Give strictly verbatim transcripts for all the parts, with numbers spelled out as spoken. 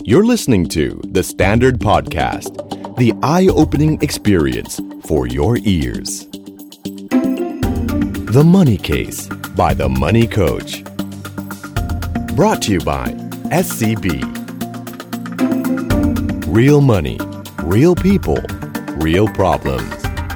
You're listening to The Standard Podcast, the eye-opening experience for your ears. The Money Case by The Money Coach. Brought to you by เอส ซี บี Real Money, Real People, Real Problems.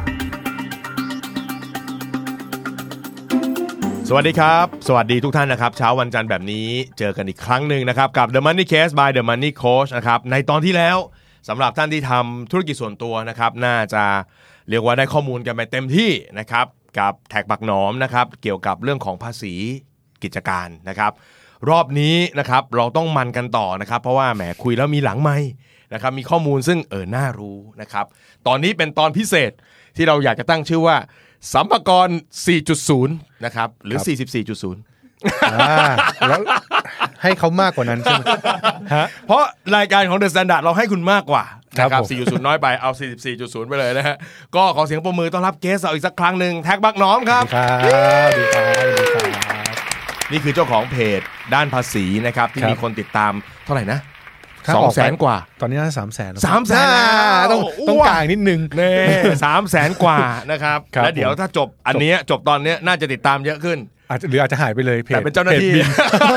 สวัสดีครับสวัสดีทุกท่านนะครับเช้าวันจันทร์แบบนี้เจอกันอีกครั้งหนึ่งนะครับกับ The Money Case by The Money Coach นะครับในตอนที่แล้วสำหรับท่านที่ทำธุรกิจส่วนตัวนะครับน่าจะเรียกว่าได้ข้อมูลกันไปเต็มที่นะครับกับแท็กบักหนอมนะครับเกี่ยวกับเรื่องของภาษีกิจการนะครับรอบนี้นะครับเราต้องมันกันต่อนะครับเพราะว่าแหมคุยแล้วมีหลังไมค์นะครับมีข้อมูลซึ่งเออน่ารู้นะครับตอนนี้เป็นตอนพิเศษที่เราอยากจะตั้งชื่อว่าสัมภากร สี่จุดศูนย์ นะครับหรือ สี่สิบสี่จุดศูนย์อ่าแล้วให้เขามากกว่านั้นใช่ไหมฮะเพราะรายการของ The Standard เราให้คุณมากกว่าครับนะครับผมสี่จุดศูนย์ น้อยไปเอา สี่สิบสี่จุดศูนย์ ไปเลยนะฮะก็ขอเสียงปรบมือต้อนรับเกสเราอีกสักครั้งนึงแท็กบักหนอมครับครับดีครับดีครับนี่คือเจ้าของเพจด้านภาษีนะครับที่ครับมีคนติดตามเท่าไหร่นะถ้าสองออกไปแสนกว่าตอนนี้น่าสามแสนสามแสนต้องต้องกลางนิดนึงเน่ สามแสนกว่านะครับครับแล้วเดี๋ยวถ้าจบอันเนี้ยจบตอนเนี้ยน่าจะติดตามเยอะขึ้นอาจจะหรืออาจจะหายไปเลยเพจแต่เป็นเจ้าหน้าที่พจบิน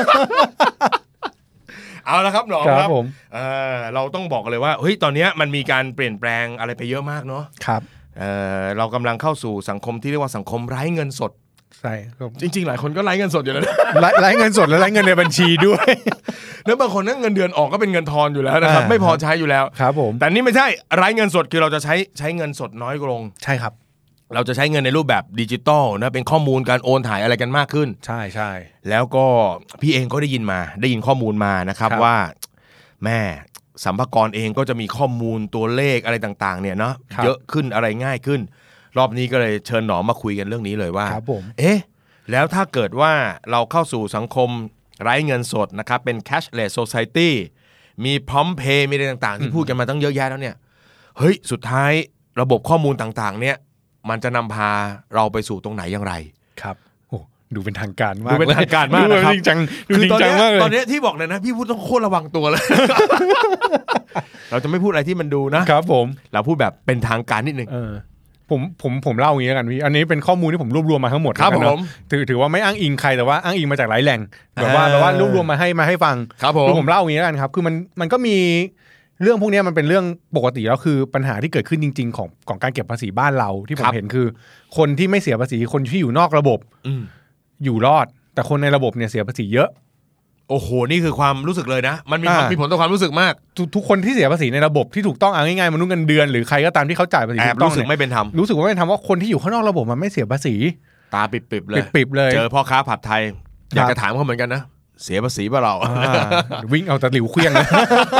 เอาละครับหนอมคครัรับบ ผมเอ่อเราต้องบอกเลยว่าเฮ้ยตอนเนี้ยมันมีการเปลี่ยนแปลงอะไรไปเยอะมากเนาะครับเอ่อเรากำลังเข้าสู่สังคมที่เรียกว่าสังคมไร้เงินสดใช่ครับจริงๆหลายคนก็ไร้เงินสดอยู่แล้วนะไร้ไร้เงินสดและไร้เงินในบัญชีด้วยแล้วบางคนนั่นเงินเดือนออกก็เป็นเงินทอนอยู่แล้วนะครับอ่าไม่พอใช้อยู่แล้วครับผมแต่นี่ไม่ใช่ไร้เงินสดคือเราจะใช้ใช้เงินสดน้อยลงใช่ครับเราจะใช้เงินในรูปแบบดิจิตอลนะเป็นข้อมูลการโอนถ่ายอะไรกันมากขึ้นใช่ใช่แล้วก็พี่เองก็ได้ยินมาได้ยินข้อมูลมานะครับครับว่าแม่สัมภากรเองก็จะมีข้อมูลตัวเลขอะไรต่างๆเนี่ยเนาะครับเยอะขึ้นอะไรง่ายขึ้น รอบนี้ก็เลยเชิญหนอมมาคุยกันเรื่องนี้เลยว่าครับผมเอ๊ะแล้วถ้าเกิดว่าเราเข้าสู่สังคมไร้เงินสดนะครับเป็น cashless society มีพร้อมเพย์มีอะไรต่างๆที่พูดกันมาตั้งเยอะแยะแล้วเนี่ยเฮ้ยสุดท้ายระบบข้อมูลต่างๆเนี่ยมันจะนำพาเราไปสู่ตรงไหนอย่างไรครับโอ้ดูเป็นทางการมากดูเป็นทางการมากนะครับดูจริงจังดูคือจริงตอนจังเนี้ยมากเลยตอนเนี้ยที่บอกเลยนะพี่พูดต้องโคตรระวังตัวเลย เราจะไม่พูดอะไรที่มันดูนะครับผมเราพูดแบบเป็นทางการนิดนึงเออผมผมผมเล่าอย่างนี้แล้วกันพี่อันนี้เป็นข้อมูลที่ผมรวบรวมมาทั้งหมดครับแล้วกันผเนอะมถือถือว่าไม่อ้างอิงใครแต่ว่าอ้างอิงมาจากหลายแหล่งแบบว่าอ่าแบบว่ารวบรวมมาให้มาให้ฟังครับผมคือผมเล่าอย่างนี้แล้วกันครับคือมันมันก็มีเรื่องพวกนี้มันเป็นเรื่องปกติแล้วคือปัญหาที่เกิดขึ้นจริงๆของของการเก็บภาษีบ้านเราที่ผมเห็นคือ คนที่ไม่เสียภาษีคนที่อยู่นอกระบบอืมอยู่รอด แต่คนในระบบเนี่ยเสียภาษีเยอะโอ้โหนี่คือความรู้สึกเลยนะมันมีความอ่ามีมีผลต่อความรู้สึกมากทุกทุกคนที่เสียภาษีในระบบที่ถูกต้องเอาง่ายๆมนุษย์เงินเดือนหรือใครก็ตามที่เขาจ่ายภาษีแอถูบกต้องรู้สึกเนี่ยไม่เป็นธรรมรู้สึกว่าไม่ทำว่าคนที่อยู่ข้างนอกระบบมันไม่เสียภาษีตาปิบๆเลยปิดๆเลยเจอพ่อค้าผัดไทยอยากครับจะถามเขาเหมือนกันนะเสียภาษีป่ะเราอ่าวิ่งเอาตะหลิวเคลี้ยงเลย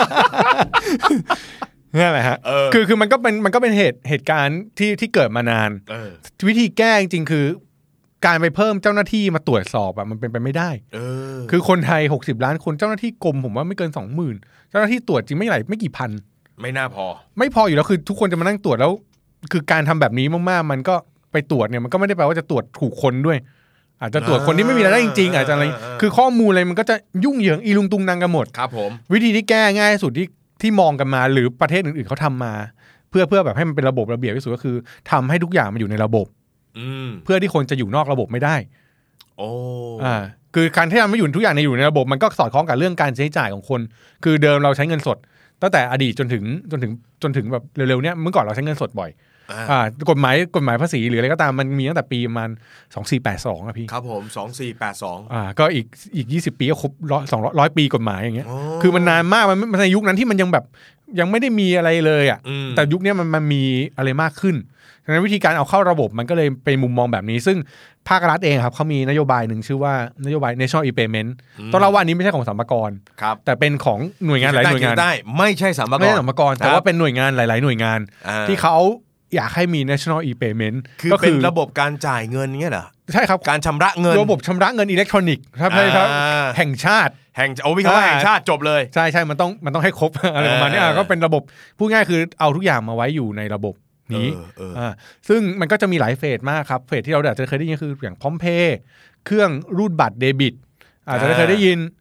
นั่นแหละฮะเออคือคือมันก็เป็นมันก็เป็นเหตุเหตุการณ์ที่ที่เกิดมานานเออวิธีแก้จริงๆคือการไปเพิ่มเจ้าหน้าที่มาตรวจสอบอะมันเป็นไปไม่ได้เออคือคนไทยหกสิบล้านคนเจ้าหน้าที่กรมผมว่าไม่เกิน สองหมื่น เจ้าหน้าที่ตรวจจริงไม่ไหลไม่กี่พันไม่น่าพอไม่พออยู่แล้วคือทุกคนจะมานั่งตรวจแล้ว คือการทำแบบนี้มากๆมันก็ไปตรวจเนี่ยมันก็ไม่ได้แปลว่าจะตรวจถูกคนด้วย อาจจะตรวจคนที่ไม่มีรายได้จริงๆอาจจะอะไรคือข้อมูลอะไรมันก็จะยุ่งเหยิงอีลุงตุงนางกันหมดครับผมวิธีที่แก้ง่ายที่สุดที่ที่มองกันมาหรือประเทศอื่นๆเขาทำมา เพื่อเพื่อแบบให้มันเป็นระบบระเบียบที่สุดก็คือทำให้ทุกอย่างมันอยู่ในระบบอืมเพื่อที่คนจะอยู่นอกระบบไม่ได้โอ้อ่าคือการที่ทำให้อยู่ทุกอย่างในอยู่ในระบบมันก็สอดคล้องกับเรื่องการใช้จ่ายของคน คือเดิมเราใช้เงินสดตั้งแต่อดีตจนถึงจนถึงจนถึงแบบเร็วๆเนี้ยเมื่อก่อนเราใช้เงินสดบ่อยอ่าอ่ากฎหมายกฎหมายภาษีหรืออะไรก็ตามมันมีตั้งแต่ปีประมาณสองสี่แปดสองอ่ะพี่ครับผมสองสี่แปดสองอ่าก็อีกอีกยี่สิบปีก็ครบร้อยสองร้อยปีกฎหมายอย่างเงี้ยอ๋อคือมันนานมากมันมันในยุคนั้นที่มันยังแบบยังไม่ได้มีอะไรเลยอ่ะอืมแต่ยุคนี้มันมันมีอะไรมากขึ้นดังนั้นวิธีการเอาเข้าระบบมันก็เลยเป็นมุมมองแบบนี้ ซึ่งภาครัฐเองครับเขามีนโยบายหนึ่งชื่อว่านโยบาย National e-Payment ต้องเล่าว่าอันนี้ไม่ใช่ของสรรพากรครับแต่เป็นของหน่วยงานหลายหน่วยงานได้ไม่ใช่สัมภาไม่ระใช่สรรพากรแต่ว่าเป็นหน่วยงานหลาย ๆ หน่วยงานอ่าที่เขาอยากให้มี National e-Payment คือก็เป็นระบบการจ่ายเงินเงี้ยเหรอใช่ครับการชำระเงินระบบชำระเงินอิเล็กทรอนิกส์ครับใช่ครับอ่าแห่งชาติแห่งโอ้พี่เขาว่าแห่งชาติจบเลยใช่ใช่มันต้องมันต้องให้ครบ อะไรประมาณนี้เอออ่ะก็เป็นระบบพูดง่ายคือเอาทุกอย่างมาไว้อยู่ในระบบนี้เออเอออ่าซึ่งมันก็จะมีหลายเฟสมากครับเฟสที่เราอาจจะเคยได้ยินคืออย่างพร้อมเพย์เครื่องรูดบัตรเดบิตอาจจะได้เคยได้ยิน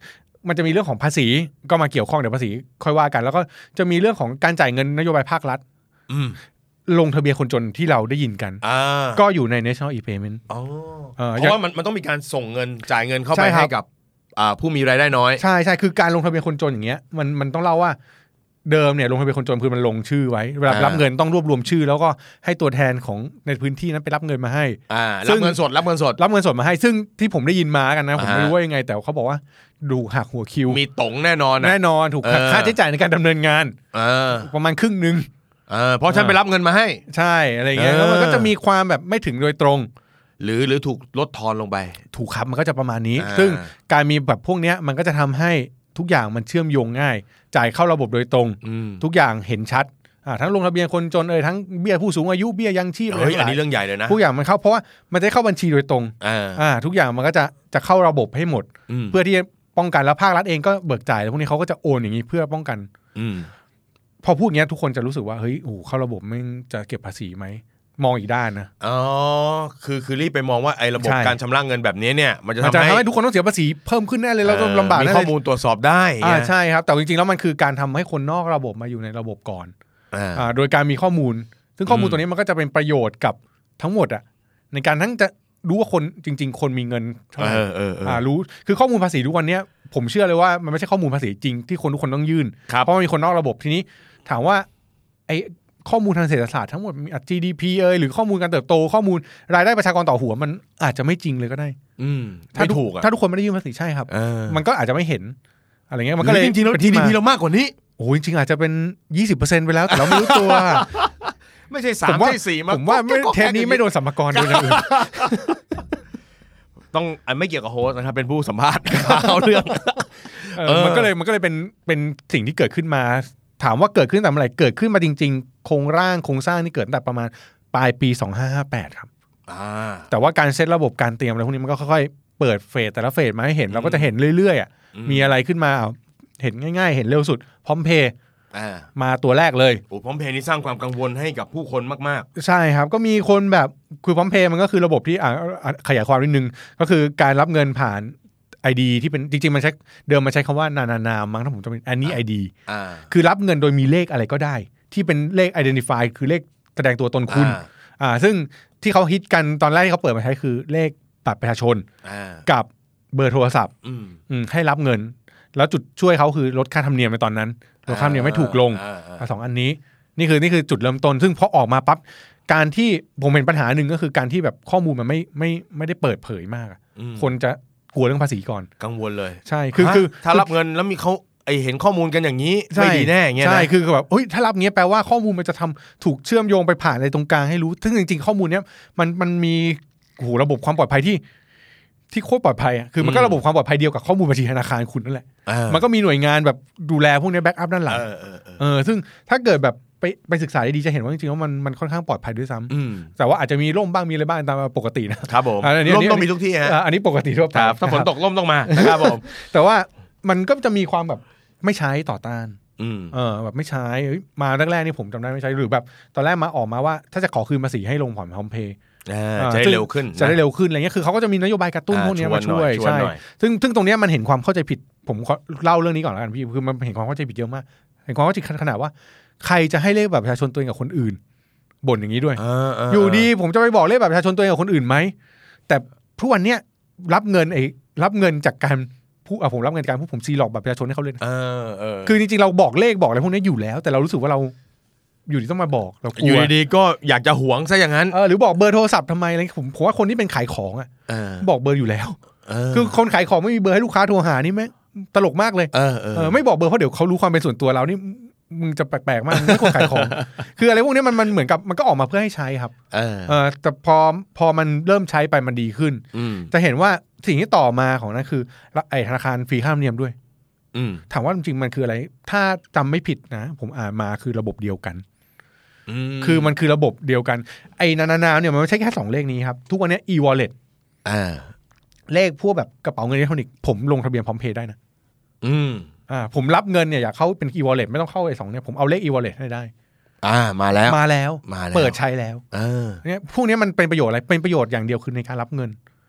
มันจะมีเรื่องของภาษีก็มาเกี่ยวข้องเดี๋ยวภาษีค่อยว่ากันแล้วก็จะมีเรื่องของการจ่ายเงินนโยบายภาครัฐลงทะเบียนคนจนที่เราได้ยินกันก็อยู่ใน National e-Payment อ๋อเพราะว่ามันมันต้องมีการส่งเงินจ่ายเงินเข้าไปให้กับผู้มีรายได้น้อยใช่ใช่คือการลงทะเบียนคนจนอย่างเงี้ยมันมันต้องเล่าว่าเดิมเนี่ยลงทะเบียนคนจนคือมันลงชื่อไว้เวลารับเงินต้องรวบรวมชื่อแล้วก็ให้ตัวแทนของในพื้นที่นั้นไปรับเงินมาให้รับเงินสดรับเงินสดรับเงินสดมาให้ซึ่งที่ผมได้ยินมากันนะผมไม่รู้ว่ายังไงแต่เขาบอกว่าดูหักหัวคิวมีต๋งแน่นอนแน่นอนถูกหักค่าใช้จ่ายในการดำเนินงานประมาณครึ่งนึงเพราะฉันไปรับเงินมาให้ใช่อะไรเงี้ยแล้วมันก็จะมีความแบบไม่ถึงโดยตรงหรือหรือถูกลดทอนลงไปถูกครับมันก็จะประมาณนี้ซึ่งการมีแบบพวกนี้มันก็จะทำให้ทุกอย่างมันเชื่อมโยงง่ายจ่ายเข้าระบบโดยตรงทุกอย่างเห็นชัดทั้งลงทะเบียนคนจนเอ่ยทั้งเบี้ยผู้สูงอายุเบี้ยยังชีพอะไรอันนี้เรื่องใหญ่เลยนะทุกอย่างมันเข้าเพราะว่ามันจะเข้าบัญชีโดยตรงอ่าทุกอย่างมันก็จะจะเข้าระบบให้หมดเพื่อที่จะป้องกันแล้วภาครัฐเองก็เบิกจ่ายแล้วพวกนี้เขาก็จะโอนอย่างนี้เพื่อป้องกันพอพูดอย่างนี้ทุกคนจะรู้สึกว่าเฮ้ยโอ้เข้าระบบไม่จะเก็บภาษีไหมมองอีกด้านนะอ๋อคือคือรีบไปมองว่าไอ้ระบบการชำระเงินแบบนี้เนี่ยมันจะทำให้ทุกคนต้องเสียภาษีเพิ่มขึ้นแน่เลยเราต้องลำบากมีข้อมูลตรวจสอบได้อ่าใช่ครับแต่จริงๆแล้วมันคือการทำให้คนนอกระบบมาอยู่ในระบบก่อนอ่าโดยการมีข้อมูลซึ่งข้อมูลตัวนี้มันก็จะเป็นประโยชน์กับทั้งหมดอ่ะในการทั้งจะรู้ว่าคนจริงๆคนมีเงินเท่าไหร่อ่ารู้คือข้อมูลภาษีทุกวันนี้ผมเชื่อเลยว่ามันไม่ใช่ข้อมูลภาษีจริงที่คนทุกคนต้องยื่นเพราะมันมีคนนอกระบบทีนี้ถามว่าไอ้ข้อมูลทางเศรษฐศาสตร์ทั้งหมดมี จี ดี พี เอ่ยหรือข้อมูลการเติบโตข้อมูลรายได้ประชากรต่อหัวมันอาจจะไม่จริงเลยก็ได้อืมถ้าถูกถ้าทุกคนไม่ได้ยื่นภาษีใช่ครับมันก็อาจจะไม่เห็นอะไรเงี้ยมันก็เลยจริงๆแล้ว จี ดี พี เรามากกว่านี้โอ้จริงๆอาจจะเป็น ยี่สิบเปอร์เซ็นต์ ไปแล้วแต่เราไม่รู้ตัวไม่ใช่สามใช่สี่มาผมว่าเทปนี้ไม่โดนสัมภาระด้วยนะต้องไม่เกี่ยวกับโฮสต์นะครับเป็นผู้สัมภาษณ์เอาเรื่องมันก็เลยมันก็เลยเป็นเป็นสิ่งที่เกิดขึ้นมาถามว่าเกิดขึ้นแต่เมื่อไหร่เกิดขึ้นมาจริงๆโครงร่างโครงสร้างนี่เกิดตั้งแต่ประมาณปลายปีสองพันห้าร้อยห้าสิบแปดครับแต่ว่าการเซตระบบการเตรียมอะไรพวกนี้มันก็ค่อยๆเปิดเฟสแต่ละเฟสมาให้เห็นเราก็จะเห็นเรื่อยๆอ่ะมีอะไรขึ้นมาเห็นง่ายๆเห็นเร็วสุดพร้อมเพย์มาตัวแรกเลยโอ้พร้อมเพย์นี่สร้างความกังวลให้กับผู้คนมากๆใช่ครับก็มีคนแบบคือพร้อมเพย์มันก็คือระบบที่ขยายความนิดนึงก็คือการรับเงินผ่านไอ ดี ที่เป็นจริงๆมันใช้เดิมมันใช้คำว่านานานามั้งถ้าผมจำเป็นอันนี้ ไอ ดี คือรับเงินโดยมีเลขอะไรก็ได้ที่เป็นเลข identify คือเลขแสดงตัวตนคุณอ่าซึ่งที่เขาฮิตกันตอนแรกที่เขาเปิดมาใช้คือเลขบัตรประชาชนกับเบอร์โทรศัพท์ให้รับเงินแล้วจุดช่วยเขาคือลดค่าธรรมเนียมในตอนนั้นลดค่าธรรมเนียมไม่ถูกลงสองอันนี้นี่คือนี่คือจุดเริ่มต้นซึ่งพอออกมาปั๊บการที่ผมเห็นปัญหาหนึ่งก็คือการที่แบบข้อมูลมันไม่ไม่ไม่ได้เปิดเผยมากคนจะกลัวเรื่องภาษีก่อนกังวลเลยใช่คือคือถ้ารับเงินแล้วมีเขาไอเห็นข้อมูลกันอย่างนี้ไม่ดีแน่อย่างเงี้ยใช่คือแบบเฮ้ยถ้ารับเงี้ยแปลว่าข้อมูลมันจะทำถูกเชื่อมโยงไปผ่านอะไรตรงกลางให้รู้ซึ่งจริงๆข้อมูลเนี้ยมันมันมีโอ้โหระบบความปลอดภัยที่ที่โคตรปลอดภัยอ่ะคือมันก็ระบบความปลอดภัยเดียวกับข้อมูลบัญชีธนาคารคุณนั่นแหละมันก็มีหน่วยงานแบบดูแลพวกนี้แบ็กอัพด้านหลังเออซึ่งถ้าเกิดแบบไปไปศึกษาดีๆจะเห็นว่าจริงๆว่ามันมันค่อนข้างปลอดภัยด้วยซ้ำแต่ว่าอาจจะมีร่มบ้างมีอะไรบ้างตามปกตินะครับผมร่มต้องมีทุกที่ฮะอันนี้ปกติทั่วไปถ้าฝนตกร่มต้องมานะครับผมแต่ว่ามันก็จะมีความแบบไม่ใช้ต่อต้านเออแบบไม่ใช้มาแรกๆนี่ผมจำได้ไม่ใช้หรือแบบตอนแรกมาออกมาว่าถ้าจะขอคืนภาษีให้ลงผ่อนพร้อมเพย์จะได้เร็วขึ้นจะได้เร็วขึ้นอะไรเงี้ยคือเขาก็จะมีนโยบายกระตุ้นพวกนี้มาช่วยใช่ซึ่งซึ่งตรงนี้มันเห็นความเข้าใจผิดผมเล่าเรื่องนี้ก่อนแล้วกันพี่คือมันเห็นความเข้าใจผิดเยอะมากเห็นความเข้าใจขนาดว่าใครจะให้เลขบัตรประชาชนตัวเองกับคนอื่นบ่นอย่างนี้ด้วยอยู่ดีผมจะไปบอกเลขบัตรประชาชนตัวเองกับคนอื่นไหมแต่ทุกวันเนี้ยรับเงินไอ้รับเงินจากการผู้อ่ะผมรับเงินการผู้ผมซีล็อกบัตรประชาชนให้เขาเลยคือจริงๆเราบอกเลขบอกอะไรพวกนี้อยู่แล้วแต่เรารู้สึกว่าเราอยู่ดีต้องมาบอกเราอยู่ดีๆก็อยากจะหวงซะอย่างนั้นเออหรือบอกเบอร์โทรศัพท์ทำไมอะไรผมผมว่าคนที่เป็นขายของอ่ะบอกเบอร์อยู่แล้วคือคนขายของไม่มีเบอร์ให้ลูกค้าโทรหานี่ไหมตลกมากเลยเออเออไม่บอกเบอร์เพราะเดี๋ยวเขารู้ความเป็นส่วนตัวเรานี่มึงจะแปลกๆมากไม่ควรขายของคืออะไรพวกนี้มันมันเหมือนกับมันก็ออกมาเพื่อให้ใช้ครับเออเออแต่พอพอมันเริ่มใช้ไปมันดีขึ้นจะเห็นว่าสิ่งที่ต่อมาของนั้นคือไอ้ธนาคารฟรีค่าธรรมเนียมด้วยถามว่าจริงๆมันคืออะไรถ้าจำไม่ผิดนะผมอ่านมาคือระบบเดียวกันคือมันคือระบบเดียวกันไอ้นานาเนี่ยมันไม่ใช่แค่สองเลขนี้ครับทุกวันนี้ e-wallet อ่าเลขพวกแบบกระเป๋าเงินอิเล็กทรอนิกส์ผมลงทะเบียนพร้อมเพย์ได้นะอืมอ่าผมรับเงินเนี่ยอยากเข้าเป็น e-wallet ไม่ต้องเข้าไอ้สองเนี่ยผมเอาเลข e-wallet ให้ได้อ่ามาแล้วมาแล้วเปิดใช้แล้วเออเนี่ยพวกนี้มันเป็นประโยชน์อะไรเป็นประโยชน์อย่างเดียวคือในการรับเงิน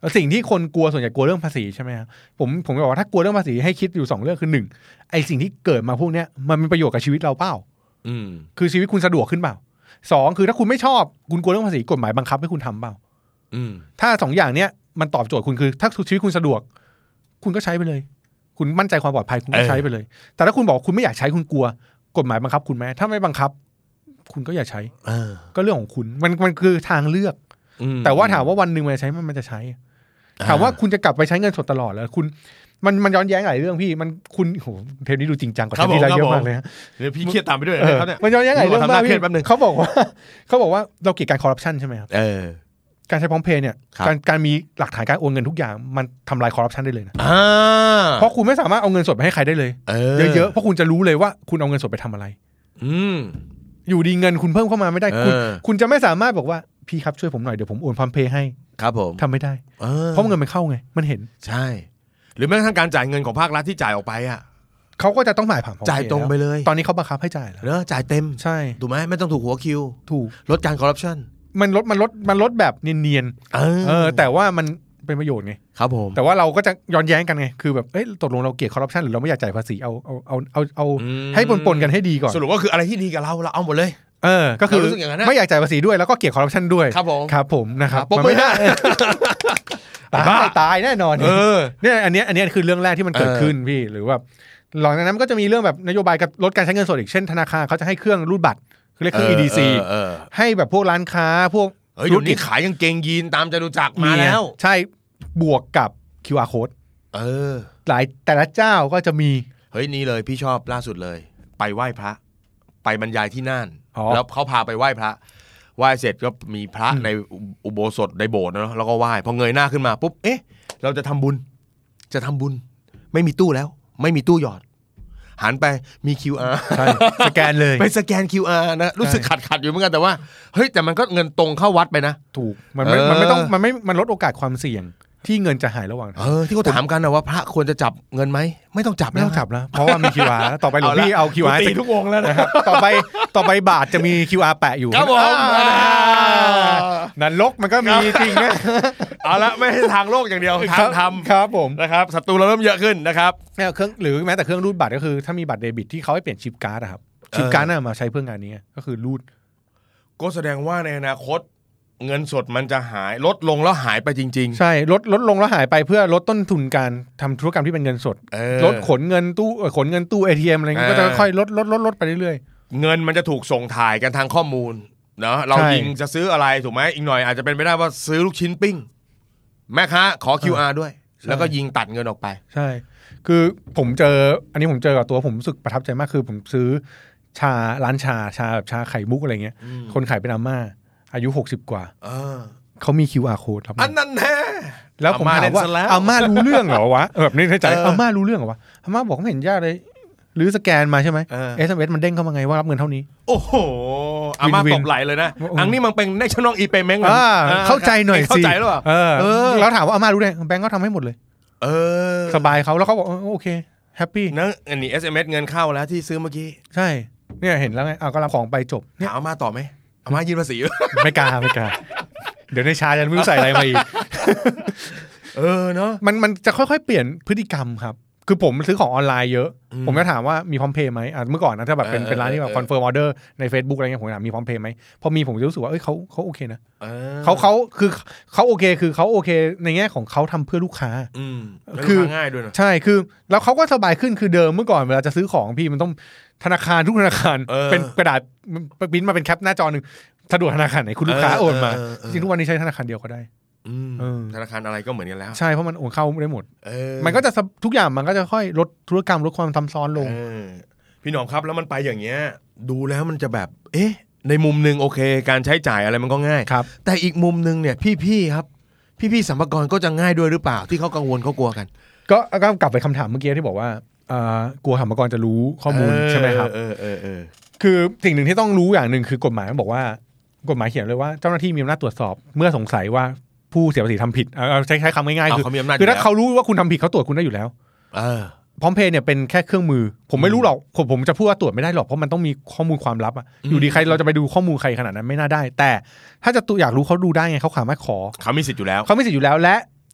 สิ่งที่คนกลัวส่วนใหญ่กลัวเรื่องภาษีใช่ไหมครับผมผมบอกว่าถ้ากลัวเรื่องภาษีให้คิดอยู่สองเรื่องคือหนึ่งไอ้สิ่งที่เกิดมาพวกเนี้ยมันมีประโยชน์กับชีวิตเราเปล่าอืมคือชีวิตคุณสะดวกขึ้นเปล่าสองคือถ้าคุณไม่ชอบคุณกลัวเรื่องภาษีกฎหมายบังคับให้คุณทำเปล่าอืมถ้าสองอย่างเนี้ยมันตอบโจทย์คุณคือถ้าชีวิตคุณสะดวกคุณก็ใช้ไปเลยคุณมั่นใจความปลอดภัยคุณก็ใช้ไปเลยแต่ถ้าคุณบอกคุณไม่อยากใช้คุณกลัวกฎหมายบังคับคุณไหมถ้าไม่บังคับคุณก็อย่าใช้ก็เรื่องของคุณมันมันคือทางเลือกแต่ว่าถามว่าวันนึงมันจะใช้มันจะใช้ถามว่าคุณจะกลับไปใช้เงินสดตลอดแล้วคุณมันมันย้อนแย้งหลายเรื่องพี่มันคุณโหเทปนี้ดูจริงจังกว่าเทปที่แล้วเยอะมากเลยฮะเดี๋ยวพี่เครียดตามไปด้วยนะครับเนี่ยมันย้อนแย้งหลายเรื่องมากพี่เขาบอกว่าเขาบอกว่าเราเกลียดการคอร์รัปชันใช่ไหมครับเออการใช้พร้อมเพย์เนี่ยการการมีหลักฐานการโอนเงินทุกอย่างมันทำลายคอร์รัปชันได้เลยนะเพราะคุณไม่สามารถเอาเงินสดไปให้ใครได้เลยเยอะๆเพราะคุณจะรู้เลยว่าคุณเอาเงินสดไปทำอะไรอยู่ดีเงินคุณเพิ่มเข้ามาไม่ได้คุณคุณจะไม่สามารถบอกว่าพี่ครับช่วยผมหน่อยเดี๋ยวผมโอนพร้อมเพย์ให้ครับผมทำไม่ได้เพราะเงินมันเข้าไงมันเห็นใช่หรือแม้กระทั่งการจ่ายเงินของภาครัฐที่จ่ายออกไปอ่ะเขาก็จะต้องจ่ายผ่านจ่ายตรงไปเลยตอนนี้เขาบังคับให้จ่ายแล้วเนอะจ่ายเต็มใช่ถูกไหมไม่ต้องถูกหัวคิวถูกลดการคอร์รัปชันมันลดมันลดมันลดแบบเนียนๆเออแต่ว่ามันเป็นประโยชน์ไงครับผมแต่ว่าเราก็จะย้อนแย้งกันไงคือแบบเอ้ยตกลงเราเกลียดคอร์รัปชันหรือเราไม่อยากจ่ายภาษีเอาเอาเอาเอาเอาให้ปนๆกันให้ดีก่อนสรุปก็คืออะไรที่ดีกับเราเราเอาหมดเลยเออก็คือไม่อยากจ่ายภาษีด้วยแล้วก็เกลียดคอร์รัปชันด้วยครับผมครับผมนะครับผมไม่ได้ตายตายแน่นอนเนี่ยอันนี้อันนี้คือเรื่องแรกที่มันเกิดขึ้นพี่หรือว่าหลังจากนั้นก็จะมีเรื่องแบบนโยบายลดการใช้เงินสดอีกเช่นธนาคารเขาจะให้เครื่องรูดบัตรคือเรียกเครื่อง อี ดี ซี ให้แบบพวกร้านค้าพวกธุรกิจขายกางเกงยีนตามจตุจักรมาแล้วใช่บวกกับ คิว อาร์ Code เออหลายแต่ละเจ้าก็จะมีเฮ้ยนี่เลยพี่ชอบล่าสุดเลยไปไหว้พระไปบรรยายที่น่านแล้วเขาพาไปไหว้พระไหว้เสร็จก็มีพระในอุโบสถในโบสถ์นะแล้วก็ไหว้พอเงยหน้าขึ้นมาปุ๊บเอ๊ะเราจะทำบุญจะทำบุญไม่มีตู้แล้วไม่มีตู้หยอดหันไปมี คิว อาร์ใช่สแกนเลยไปสแกน คิว อาร์ นะรู้สึกขัดขัดอยู่เหมือนกันแต่ว่าเฮ้ยแต่มันก็เงินตรงเข้าวัดไปนะถูกมันไม่มันไม่ต้องมันไม่มันลดโอกาสความเสี่ยงที่เงินจะหายระหว่างเออที่เขาถามกันนะว่าพระควรจะจับเงินไหมไม่ต้องจับไม่ต้องจับแล้วเพราะว่ามี คิว อาร์ ต่อไปหลวงพี่เอา คิว อาร์ตีทุกวงแล้วนะครับต่อไปต่อไปบาทจะมี คิว อาร์ แปะอยู่ครับผมนรกมันก็มีจริงนะเอาละไม่ใช่ทางโลกอย่างเดียวทางธรรมครับผมนะครับศัตรูเราเริ่มเยอะขึ้นนะครับเนี่ยเครื่องหรือแม้แต่เครื่องรูดบัตรก็คือถ้ามีบัตรเดบิตที่เขาให้เปลี่ยนชิปการ์ดครับชิปการ์ดน่ะมาใช้เพื่องานนี้ก็คือรูดก็แสดงว่าในอนาคตเงินสดมันจะหายลดลงแล้วหายไปจริงๆใช่ลดลดลงแล้วหายไปเพื่อลดต้นทุนการทำธุรกรรมที่เป็นเงินสดลดขนเงินตู้ขนเงินตู้ เอ ที เอ็ม อะไรเงี้ยก็จะค่อยลดลดลดลดไปเรื่อยๆเงินมันจะถูกส่งถ่ายกันทางข้อมูลเนาะเรายิงจะซื้ออะไรถูกไหมอีกหน่อยอาจจะเป็นไปได้ว่าซื้อลูกชิ้นปิ้งแม่ค้าขอ คิว อาร์ ด้วยแล้วก็ยิงตัดเงินออกไปใช่คือผมเจออันนี้ผมเจอกับตัวผมรู้สึกประทับใจมากคือผมซื้อชาร้านชาชาแบบชาไข่มุกอะไรเงี้ยคนขายเป็นอาม่าอายุหกสิบกว่าเขามี คิว อาร์ Code ครับอันนั้นแน่แล้วผมถามว่าอาม่ารู้เรื่องเหรอวะแบบนี้ในใจอาม่ารู้เรื่องเหรอวะอาม่าบอกไม่เห็นยากเลยหรือสแกนมาใช่ไหมเอสเอ็มเอสมันเด้งเข้ามาไงว่ารับเงินเท่านี้โอ้โหอาม่าตบไหลเลยนะอันนี้มันเป็น National E-Payment อ่าเข้าใจหน่อยสิเข้าใจหรือเปล่าเออแล้วถามว่าอาม่ารู้ได้แบงก์ก็ทำให้หมดเลยเออสบายเขาแล้วเขาบอกโอเคแฮปปี้นะอันนี้ เอส เอ็ม เอส เงินเข้าแล้วที่ซื้อเมื่อกี้ใช่เนี่ยเห็นแล้วไงเอาก็รับของไปจบเนี่ยอาม่าต่อไหมอาม่ายื่นภาษีไม่กล้าไม่กล้าเดี๋ยวในชาจะไม่รู้ใส่อะไรมาอีกเออเนาะมันมันจะค่อยๆเปลี่ยนพฤติกรรมครับคือผมซื้อของออนไลน์เยอะผมจะถามว่ามีพร้อมเพย์ไหมอ่ะเมื่อก่อนนะถ้าแบบเป็นเป็นร้านที่แบบคอนเฟิร์มออเดอร์ใน Facebook อะไรเงี้ยผมถามมีพร้อมเพย์ไหมพอมีผมจะรู้สึกว่าเอ้ยเขาเขาโอเคนะเขาเขาคือเขาโอเคคือเขาโอเคในแง่ของเขาทำเพื่อลูกค้าคือง่ายด้วยนะใช่คือแล้วเขาก็สบายขึ้นคือเดิมเมื่อก่อนเวลาจะซื้อของพี่มันต้องธนาคารทุกธนาคารเป็นกระดาษปริ้นมาเป็นแคปหน้าจอหนึ่งสะดวกธนาคารไหนคุณลูกค้าโอนมาจริงทุกวันนี้ใช้ธนาคารเดียวก็ได้ธนาคารอะไรก็เหมือนกันแล้วใช่เพราะมันโอนเข้าได้หมดมันก็จะทุกอย่างมันก็จะค่อยลดธุรกรรมลดความซับซ้อนลงพี่น้องครับแล้วมันไปอย่างเงี้ยดูแล้วมันจะแบบเอ๊ะในมุมนึงโอเคการใช้จ่ายอะไรมันก็ง่ายแต่อีกมุมนึงเนี่ยพี่ๆครับพี่ๆสรรพากรก็จะง่ายด้วยหรือเปล่าที่เขากังวลเขากลัวกันก็ก็กลับไปคำถามเมื่อกี้ที่บอกว่ากลัวสรรพากรจะรู้ข้อมูลใช่ไหมครับเออเออเออคือสิ่งหนึ่งที่ต้องรู้อย่างหนึ่งคือกฎหมายมันบอกว่ากฎหมายเขียนเลยว่าเจ้าหน้าที่มีอำนาจตรวจสอบเมื่อสงสัยว่าผู้เสียภาษีทำผิดเอาใช้ใช้คำง่ายๆคือคือถ้าเขารู้ว่าคุณทำผิดเขาตรวจคุณได้อยู่แล้วพร้อมเพย์เนี่ยเป็นแค่เครื่องมือผมไม่รู้หรอกผมผมจะพูดว่าตรวจไม่ได้หรอกเพราะมันต้องมีข้อมูลความลับอ่ะอยู่ดีใครเราจะไปดูข้อมูลใครขนาดนั้นไม่น่าได้แต่ถ้าจะอยากรู้เขาดูได้ไงเขาสามารถขอเขามีสิทธิ์อยู่แล้วเขามีสิทธิ์อยู่แล้วและ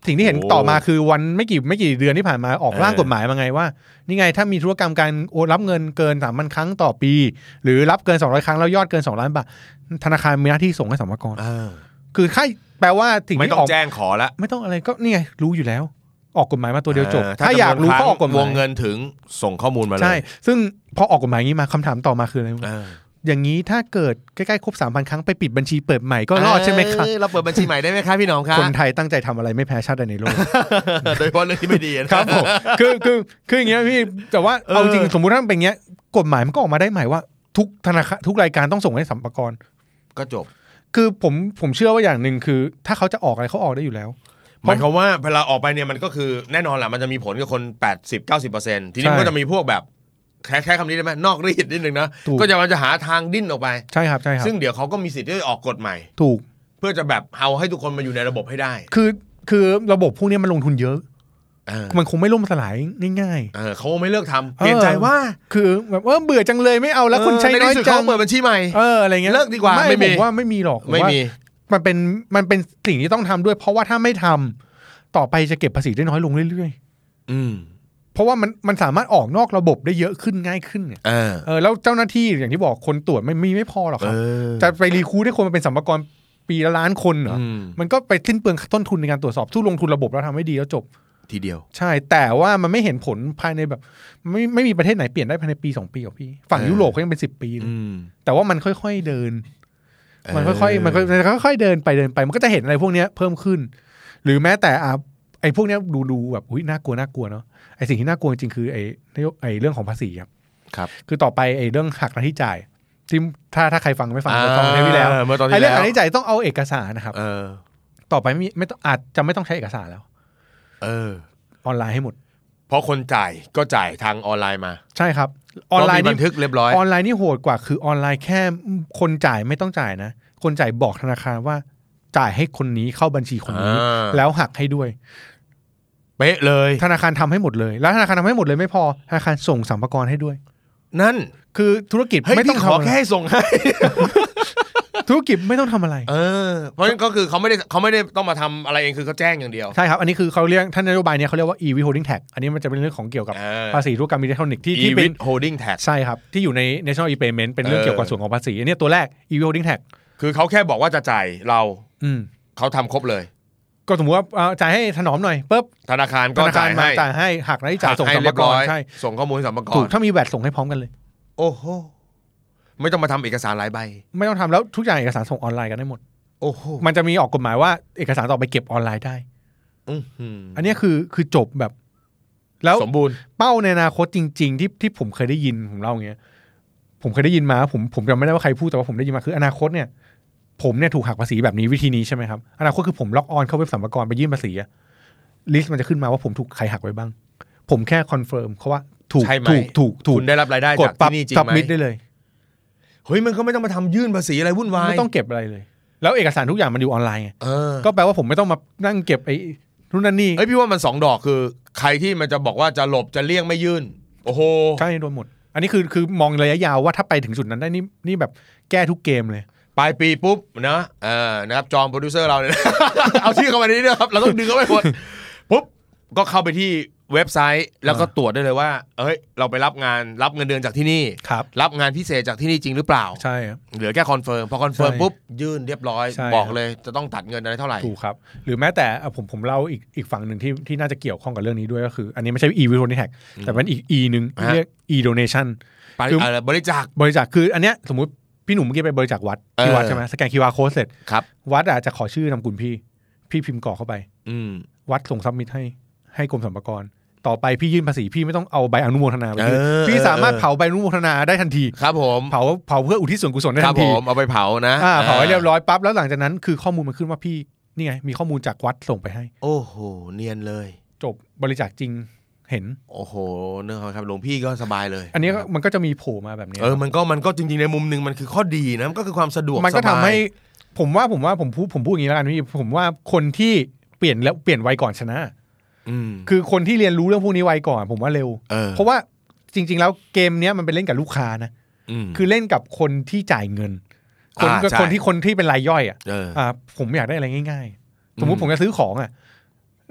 สิ่งที่เห็นต่อมาคือวันไม่กี่ไม่กี่เดือนที่ผ่านมาออกร่างกฎหมายมาไงว่านี่ไงถ้ามีธุรกรรมการโอนรับเงินเกิน สามพัน ครั้งต่อปีหรือรับเกินสองร้อยครั้งแล้วยอดเกินสองล้านบาทธนาคารมีหน้าที่ส่งให้สรรพากรคือค่าแปลว่าสิ่งที่ไม่ต้องแจ้งขอละไม่ต้องอะไรก็นี่ไงรู้อยู่แล้วออกกฎหมายมาตัวเดียวจบถ้าอยากรู้ก็ออกกฎหมายวงเงินถึงส่งข้อมูลมาเลยใช่ซึ่งพอออกกฎหมายงี้มาคำถามต่อมาคืออะไรอย่างนี้ถ้าเกใกล้ๆครบ สามพัน ครั้งไปปิดบัญชีเปิดใหม่ก็รอดใช่ไหมครับเราเปิดบัญชีใหม่ได้ไหมครับพี่น้องครับคนไทยตั้งใจทำอะไรไม่แพ้ชาติใดในโลกโดยเฉพาะเรื่องที่ไม่ดีครับผมคือคือคืออย่างเงี้ยพี่แต่ว่าเอาจริงสมมุติถ้าเป็นอย่างเงี้ยกฎหมายมันก็ออกมาได้ใหม่ว่าทุกธนาคารทุกรายการต้องส่งให้สรรพากรก็จบคือผมผมเชื่อว่าอย่างนึงคือถ้าเขาจะออกอะไรเขาออกได้อยู่แล้วหมายความว่าเวลาออกไปเนี่ยมันก็คือแน่นอนแหละมันจะมีผลกับคน แปดสิบ เก้าสิบเปอร์เซ็นต์ ทีนี้มันก็จะมีพวกแบบแค่แค่คำนี้ได้ไหมนอกรีดนิดนึงนะก็จะมันจะหาทางดิ้นออกไปใช่ครับใช่ครับซึ่งเดี๋ยวเขาก็มีสิทธิ์ที่จะออกกฎใหม่ถูกเพื่อจะแบบเอาให้ทุกคนมาอยู่ในระบบให้ได้คือคือระบบพวกนี้มันลงทุนเยอะมันคงไม่ล่มสลายง่ายๆเออเขาไม่เลิกทำเปลี่ยนใจว่าคือแบบเออเบื่อจังเลยไม่เอาแล้วคนใช้น้อยจังเปิดบัญชีใหม่เอออะไรเงี้ยเลิกดีกว่าไม่ผมว่าไม่มีหรอกไม่มีมันเป็นมันเป็นสิ่งที่ต้องทำด้วยเพราะว่าถ้าไม่ทำต่อไปจะเก็บภาษีได้น้อยลงเรื่อยๆอืมเพราะว่ามันมันสามารถออกนอกระบบได้เยอะขึ้นง่ายขึ้นเนี่ยเออเออแล้วเจ้าหน้าที่อย่างที่บอกคนตรวจไม่มีไม่พอหรอกครับจะไปรีคูดให้คนมาเป็นสรรพากรปีละล้านคนเหรอมันก็ไปสิ้นเปลืองต้นทุนในการตรวจสอบทุกลงทุนระบบแล้วทำให้ดีแล้วจบทีเดียวใช่แต่ว่ามันไม่เห็นผลภายในแบบไม่ไม่มีประเทศไหนเปลี่ยนได้ภายในปีสองปีหรอกพี่ฝั่งยุโรปเขายังเป็นสิบปีเลยแต่ว่ามันค่อยๆเดินมันค่อยๆมันค่อยๆเดินไปเดินไปมันก็จะเห็นอะไรพวกนี้เพิ่มขึ้นหรือแม้แต่อ่ะไอ้พวกนี้ดูดูแบบอุ้ยน่ากลัวน่ากลัวเนาะไอ้สิ่งที่น่ากลัวจริงๆคือไอ้ไอ้เรื่องของภาษีครับครับคือต่อไปไอ้เรื่องหักหน้าที่จ่ายที่ถ้าถ้าใครฟังไม่ฟังตอนนี้แล้วไอ้เรื่องหักหน้าที่จ่ายต้องเอาเอกสารนะครับต่อไปไม่ไม่ต้องอาจจะไม่ต้องใช้เอกสารแล้วเออออนไลน์ให้หมดเพราะคนจ่ายก็จ่ายทางออนไลน์มาใช่ครับออนไลน์บันทึกเรียบร้อยออนไลน์นี่โหดกว่าคือออนไลน์แค่คนจ่ายไม่ต้องจ่ายนะคนจ่ายบอกธนาคารว่าจ่ายให้คนนี้เข้าบัญชีคนนี้แล้วหักให้ด้วยเป๊ะเลยธนาคารทำให้หมดเลยแล้วธนาคารทำให้หมดเลยไม่พอธนาคารส่งสรรพากรให้ด้วยนั่นคือธุรกิจไม่ต้องขอแค่ส่งให้ธุรกิจไม่ต้องทำอะไรเออเพราะฉะนั้นก็คือเขาไม่ได้เขาไม่ได้ต้องมาทำอะไรเองคือเขาแจ้งอย่างเดียวใช่ครับอันนี้คือเขาเรียกท่านนโยบายนี้เขาเรียกว่า e-withholding tax อันนี้มันจะเป็นเรื่องของเกี่ยวกับภาษีธุรกรรมอิเล็กทรอนิกส์ที่ที่เป็น e-withholding tax ใช่ครับที่อยู่ใน national e-payment เป็นเรื่องเกี่ยวกับส่วนของภาษีอันนี้ตัวแรก e-withholding tax คือเขาแค่บอกว่าจะจ่ายเราเขาทำครบเลยก็สมมติว่าจ่ายให้ถนอมหน่อยปุ๊บธนาคารก็จ่ายให้จ่ายให้หักหน้าที่จ่ายส่งสรรพากรใช่ส่งข้อมูลสรรพากรถูกถ้ามีแวตส่งให้พร้อมกันเลยโอ้โหไม่ต้องมาทำเอกสารหลายใบไม่ต้องทำแล้วทุกอย่างเอกสารส่งออนไลน์กันได้หมดโอ้โหมันจะมีออกกฎหมายว่าเอกสารต่อไปเก็บออนไลน์ได้อันนี้คือคือจบแบบแล้วสมบูรณ์เป้าในอนาคตจริงๆที่ที่ผมเคยได้ยินผมเล่าอย่างเงี้ยผมเคยได้ยินมาผมผมจำไม่ได้ว่าใครพูดแต่ว่าผมได้ยินมาคืออนาคตเนี่ยผมเนี่ยถูกหักภาษีแบบนี้วิธีนี้ใช่ไหมครับอนาคตคือผมล็อกออนเข้าเว็บสรรพากรไปยื่นภาษีลิสต์มันจะขึ้นมาว่าผมถูกใครหักไว้บ้างผมแค่คอนเฟิร์มเขาว่าถูกถูกถูกถูกคุณได้รับรายได้จากที่นี่จริงไหมกดปั๊บซับมิตได้เลยเฮ้ยมันก็ไม่ต้องมาทำยื่นภาษีอะไรวุ่นวายไม่ต้องเก็บอะไรเลยแล้วเอกสารทุกอย่างมันอยู่ออนไลน์ก็แปลว่าผมไม่ต้องมานั่งเก็บไอ้นู่นนั่นนี่เฮ้ยพี่ว่ามันสองดอกคือใครที่มันจะบอกว่าจะหลบจะเลี่ยงไม่ยื่นโอ้โหใช่โดนหมดอันนี้คือคือมองระยะยาวว่าถ้าไปถึงจุดนั้นได้นี่นี่แบบแก้ทุกเกมเลยปลายปีปุ๊บนะเออนะครับจองโปรดิวเซอร์เราเนี่ย เอาชื่อเข้ามาในนี้ด้วยครับเราต้องดึงเข้าไปหมดปุ๊บก็เข้าไปที่เว็บไซต์แล้วก็ตรวจได้เลยว่าเอ้ยเราไปรับงานรับเงินเดือนจากที่นี่ครับรับงานพิเศษจากที่นี่จริงหรือเปล่าใช่ครับเหลือแค่คอนเฟิร์มพอคอนเฟิร์มปุ๊บยื่นเรียบร้อยบอกเลยจะต้องตัดเงินอะไรเท่าไหร่ถูกครับหรือแม้แต่ผมผมเล่าอีกอีกฝั่งหนึ่งที่ที่น่าจะเกี่ยวข้องกับเรื่องนี้ด้วยก็คืออันนี้ไม่ใช่ e-withholding tax แต่เป็นอีก e นึงเรียก e-donation คือบริจาคบริจาคคืออันเนี้ยสมมุติพี่หนุ่มเมื่อกี้ไปบริจาควัดที่วัดใช่ไหมสแกน คิว อาร์ code เสร็จวัดอาจจะขอชื่อนามสกุลพี่พี่พิมพ์กรอกเข้าไปวัดส่งซับมิทให้ให้กรมสรรพากรต่อไปพี่ยื่นภาษีพี่ไม่ต้องเอาใบอนุโมทนาไปยื่นพี่สามารถเผาใบอนุโมทนาได้ทันทีครับผมเผาเผาเพื่ออุทิศส่วนกุศลได้ทันทีครับผมเอาไปเผานะเผาให้เรียบร้อยปั๊บแล้วหลังจากนั้นคือข้อมูลมันขึ้นว่าพี่นี่ไงมีข้อมูลจากวัดส่งไปให้โอ้โหเนียนเลยจบบริจาคจริงเห็นโอ้โหเนื่องครับหลวงพี่ก็สบายเลยอันนี้มันก็จะมีโผล่มาแบบนี้เออมันก็มันก็จริงๆในมุมนึงมันคือข้อดีนะมันก็คือความสะดวกมันก็ทำให้ผมว่าผมว่าผมพูดผมพูดอย่างนี้แล้วกันพี่ผมว่าคนที่เปลี่ยนแล้วเปลี่ยนไวก่อนชนะคือคนที่เรียนรู้เรื่องพวกนี้ไวก่อนผมว่าเร็วเ, เพราะว่าจริงๆแล้วเกมนี้มันเป็นเล่นกับลูกค้านะคือเล่นกับคนที่จ่ายเงินคนก็คนที่คนที่เป็นรายย่อยอ่ะผมอยากได้อะไรง่ายๆสมมุติผมจะซื้อของอ่ะ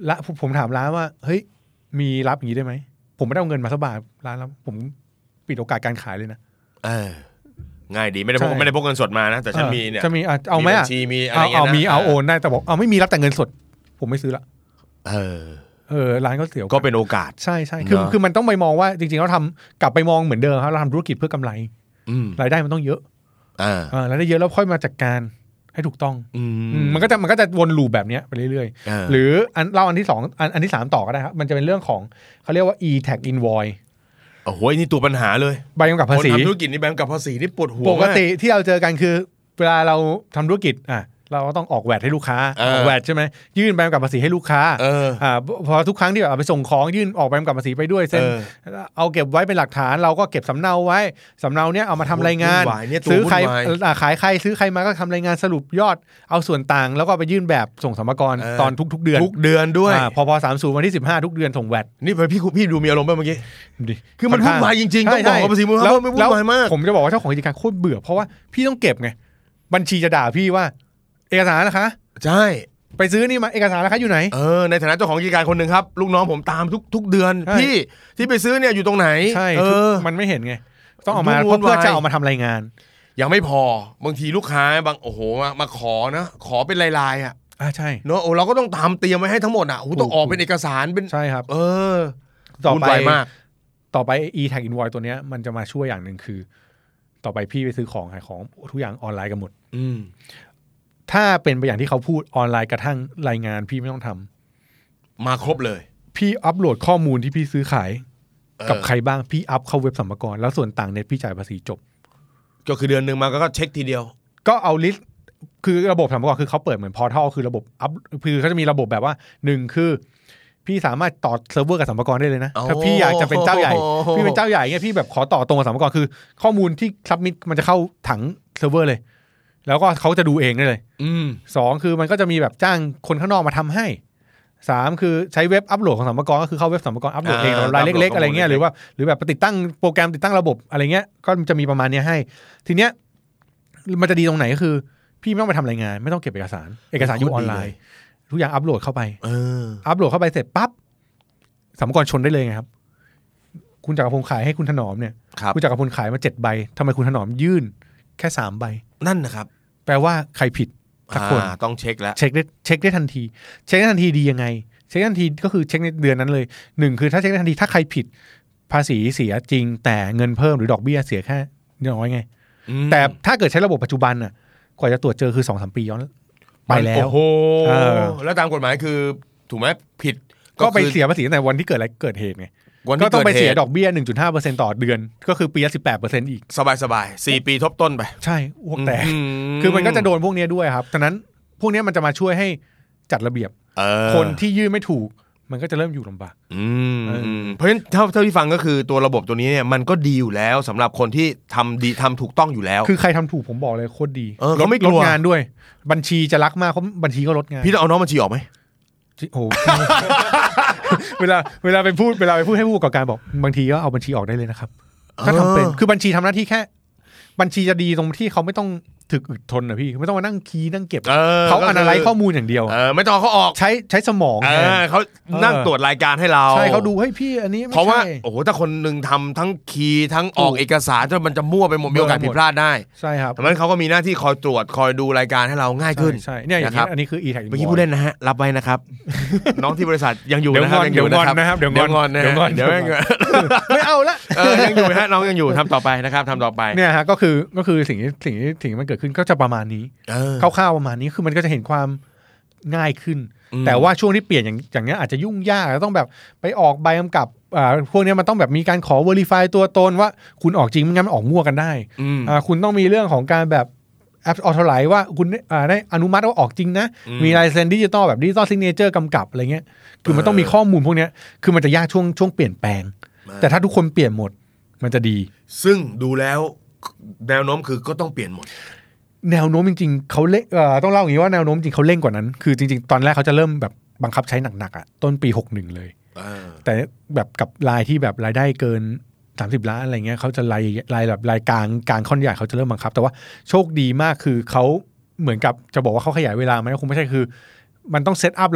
ละผมถามร้านว่าเฮ้ยมีรับอย่างนี้ได้ไหมผมไม่ได้เอาเงินมาสักบาทร้านแล้วผมปิดโอกาสการขายเลยนะเออง่ายดีไม่ได้พกไม่ได้พกเงินสดมานะแต่ฉันมีเนี่ยจะมีเอาไหมอ่ะมีอะไรเงี้ยนะเอามีเอาโอนได้แต่บอกเอาไม่มีรับแต่เงินสดผมไม่ซื้อละเออเออร้านก็เสียก็เป็นโอกาสใช่ใช่คือคือมันต้องไปมองว่าจริงๆเราทำกลับไปมองเหมือนเดิมครับเราทำธุรกิจเพื่อกำไรรายได้มันต้องเยอะอ่ารายได้เยอะแล้วค่อยมาจัดการให้ถูกต้องมันก็จะมันก็จะวนลูปแบบนี้ไปเรื่อยๆหรืออันเล่าอันที่สองอันอันที่สามต่อก็ได้ครับมันจะเป็นเรื่องของเขาเรียกว่า e-tax invoice โอ้โหนี่ตัวปัญหาเลยใบกำกับภาษีคนทำธุรกิจนี่ใบกำกับภาษีนี่ปวดหัวปกติที่เราเจอกันคือเวลาเราทำธุรกิจอ่ะเราก็ต้องออกแวดให้ลูกค้าออกแวดใช่ไหมยื่นใบกำกับภาษีให้ลูกค้าอ่าพอทุกครั้งที่แบบเอาไปส่งของยื่นออกใบกำกับภาษีไปด้วยเซ็นเอาเก็บไว้เป็นหลักฐานเราก็เก็บสำเนาไว้สำเนาเนี้ยเอามาทำรายงานซื้อใครขายใครซื้อใครมาก็ทำรายงานสรุปยอดเอาส่วนต่างแล้วก็ไปยื่นแบบส่งสรรพากรตอนทุกๆเดือนทุกเดือนด้วยพอพอสามสิบวันที่สิบห้าทุกเดือนส่งแวดนี่พี่พี่ดูมีอารมณ์ป่ะเมื่อกี้คือมันวุ่นวายจริงๆต้องบอกภาษีมูลค่าไม่วุ่นวายมากผมจะบอกว่าเจ้าของกิจการโคตรเบื่อเพราะว่าพี่ต้องเก็บไงบัญชีจะด่าพี่ว่าเอกสารนะคะใช่ไปซื้อนี่มาเอกสารราคาอยู่ไหนเออในฐานะเจ้าของกิจการคนหนึ่งครับลูกน้องผมตามทุกทุกเดือนพี่ที่ไปซื้อเนี่ยอยู่ตรงไหนใช่มันไม่เห็นไงต้องเอามาเพื่อจะเอามาทำรายงานยังไม่พอบางทีลูกค้าบางโอ้โหมามาขอนะขอเป็นลายๆอ่ะอ่าใช่เนอะโอ้เราก็ต้องตามเตรียมไว้ให้ทั้งหมดอ่ะโอ้ต้องออกเป็นเอกสารเป็นใช่ครับเออต่อไปมากต่อไป e-tax invoice ตัวเนี้ยมันจะมาช่วยอย่างหนึ่งคือต่อไปพี่ไปซื้อของขายของทุกอย่างออนไลน์กันหมดอืมถ้าเป็นไปอย่างที่เขาพูดออนไลน์กระทั่งรายงานพี่ไม่ต้องทำมาครบเลยพี่อัปโหลดข้อมูลที่พี่ซื้อขายกับใครบ้างพี่อัพเข้าเว็บสรรพากรแล้วส่วนต่างเน็ตพี่จ่ายภาษีจบก็คือเดือนนึงมาก็เช็คทีเดียวก็เอาลิสต์คือระบบสรรพากรคือเขาเปิดเหมือนพอร์ทัลคือระบบอัพคือเขาจะมีระบบแบบว่าหนึ่งคือพี่สามารถต่อเซิร์ฟเวอร์กับสรรพากรได้เลยนะถ้าพี่อยากจะเป็นเจ้าใหญ่พี่เป็นเจ้าใหญ่เงี้ยพี่แบบขอต่อตรงกับสรรพากรคือข้อมูลที่ซับมิตมันจะเข้าถังเซิร์ฟเวอร์เลยแล้วก็เขาจะดูเองได้เลยสองคือมันก็จะมีแบบจ้างคนข้างนอกมาทำให้สามคือใช้เว็บอัปโหลดของสรรพากรก็คือเข้าเว็บสรรพากรอัปโหลดเองรายเล็กๆอะไรเงี้ยหรือว่าหรือแบบติดตั้งโปรแกรมติดตั้งระบบอะไรเงี้ยก็จะมีประมาณนี้ให้ทีเนี้ยมันจะดีตรงไหนก็คือพี่ไม่ต้องไปทำรายงานไม่ต้องเก็บเอกสารเอกสารอยู่ออนไลน์ทุกอย่างอัปโหลดเข้าไปอัปโหลดเข้าไปเสร็จปั๊บสรรพากรชนได้เลยไงครับคุณจักรพงศ์ขายให้คุณถนอมเนี่ยคุณจักรพงศ์ขายมาเจ็ดใบทำไมคุณถนอมยื่นแค่สามใบนั่นนะครับแปลว่าใครผิดสักคนต้องเช็คแล้วเช็คได้เช็คได้ทันทีเช็คได้ทันทีดียังไงเช็คทันทีก็คือเช็คในเดือนนั้นเลยหนึ่งคือถ้าเช็คได้ทันทีถ้าใครผิดภาษีเสียจริงแต่เงินเพิ่มหรือดอกเบี้ยเสียแค่น้อยไงแต่ถ้าเกิดใช้ระบบปัจจุบันน่ะกว่าจะตรวจเจอคือ สองถึงสาม ปีย้อนไปแล้วโอ้โหแล้วตามกฎหมายคือถูกไหมผิดก็ไปเสียภาษีตั้งแต่วันที่เกิดอะไรเกิดเหตุไงก็ต้องไปเสียดอกเบี้ย หนึ่งจุดห้าเปอร์เซ็นต์ ต่อเดือนก็คือปีละ สิบแปดเปอร์เซ็นต์ อีกสบายๆสี่ปีทบต้นไปใช่พวกแต่คือมันก็จะโดนพวกนี้ด้วยครับฉะนั้นพวกนี้มันจะมาช่วยให้จัดระเบียบคนที่ยื่นไม่ถูกมันก็จะเริ่มอยู่ลำบากเพราะฉะนั้นเท่าเท่าที่ฟังก็คือตัวระบบตัวนี้เนี่ยมันก็ดีอยู่แล้วสำหรับคนที่ทำดีทำถูกต้องอยู่แล้วคือใครทำถูกผมบอกเลยโคตรดีเขาไม่กลัวลดงานด้วยบัญชีจะรักมากเพราะบัญชีก็ลดงานพี่ต้องเอาน้องบัญชีออกไหมโอ้เวลาเวลาไปพูดเวลาไปพูดให้ผู้ประกอบการบอกบางทีก็เอาบัญชีออกได้เลยนะครับถ้าทำเป็นคือบัญชีทำหน้าที่แค่บัญชีจะดีตรงที่เขาไม่ต้องถึกอึดทนนะพี่ไม่ต้องมานั่งคีย์นั่งเก็บเขาอนาไลซ์ข้อมูลอย่างเดียวไม่ต้องเขาออกใช้ใช้สมองเขานั่งตรวจรายการให้เราใช่เขาดูให้พี่อันนี้เพราะว่าโอ้โหถ้าคนนึงทำทั้งคีย์ทั้งออกเอกสารจนมันจะมั่วไปหมดมีโอกาสผิดพลาดได้ใช่ครับดังนั้นเขาก็มีหน้าที่คอยตรวจคอยดูรายการให้เราง่ายขึ้นใช่เนี่ยอย่างนี้อันนี้คือ e-tax เมื่อกี้ผู้เล่นนะฮะรับไว้นะครับน้องที่บริษัทยังอยู่นะครับยังอยู่นะครับเดี๋ยวงอนเดี๋ยวงอนเดี๋ยวไม่เอาละยังอยู่ฮะน้องยังอยู่ทำต่อไปนะครับทำต่อไปเนี่ยฮะก็คือก็คือสิ่งที่สิ่งที่สิ่งที่มันเกิดขึ้นก็จะประมาณนี้คร่าวๆประมาณนี้คือมันก็จะเห็นความง่ายขึ้นแต่ว่าช่วงที่เปลี่ยนอย่างอย่างนี้อาจจะยุ่งยากแล้วต้องแบบไปออกใบกำกับอ่าพวกนี้มันต้องแบบมีการขอ verify ตัวตนว่าคุณออกจริงไม่งั้นมันออกมั่วกันได้อ่าคุณต้องมีเรื่องของการแบบแอปออโต้ไลท์ว่าคุณอ่าได้อนุมัติว่าออกจริงนะมีลายเซ็นดิจิตอลแบบดิจิตอลซิกเนเจอร์กำกับอะไรเงี้ยคือมันต้องมีข้อมูลพวกนี้คือมันจะยากช่วงช่วงเปลี่ยนแปลงแต่ถ้าทุกคนเปลี่ยนหมดมันจะดีซึ่งดูแล้วแนวโน้มคือก็ต้องเปลี่ยนหมดแนวโน้มจริงๆเขาเล่นต้องเล่าอย่างนี้ว่าแนวโน้มจริงเขาเร่งกว่านั้นคือจริงๆตอนแรกเขาจะเริ่มแบบบังคับใช้หนักๆอ่ะต้นปีหกสิบเอ็ดเลยแต่แบบกับรายที่แบบรายได้เกินสามสิบล้านอะไรเงี้ยเขาจะรายรายแบบรายกลางกลางค่อนใหญ่เขาจะเริ่มบังคับแต่ว่าโชคดีมากคือเขาเหมือนกับจะบอกว่าเขาขยายเวลาไหมคงไม่ใช่คือมันต้องเซตอัพระบบ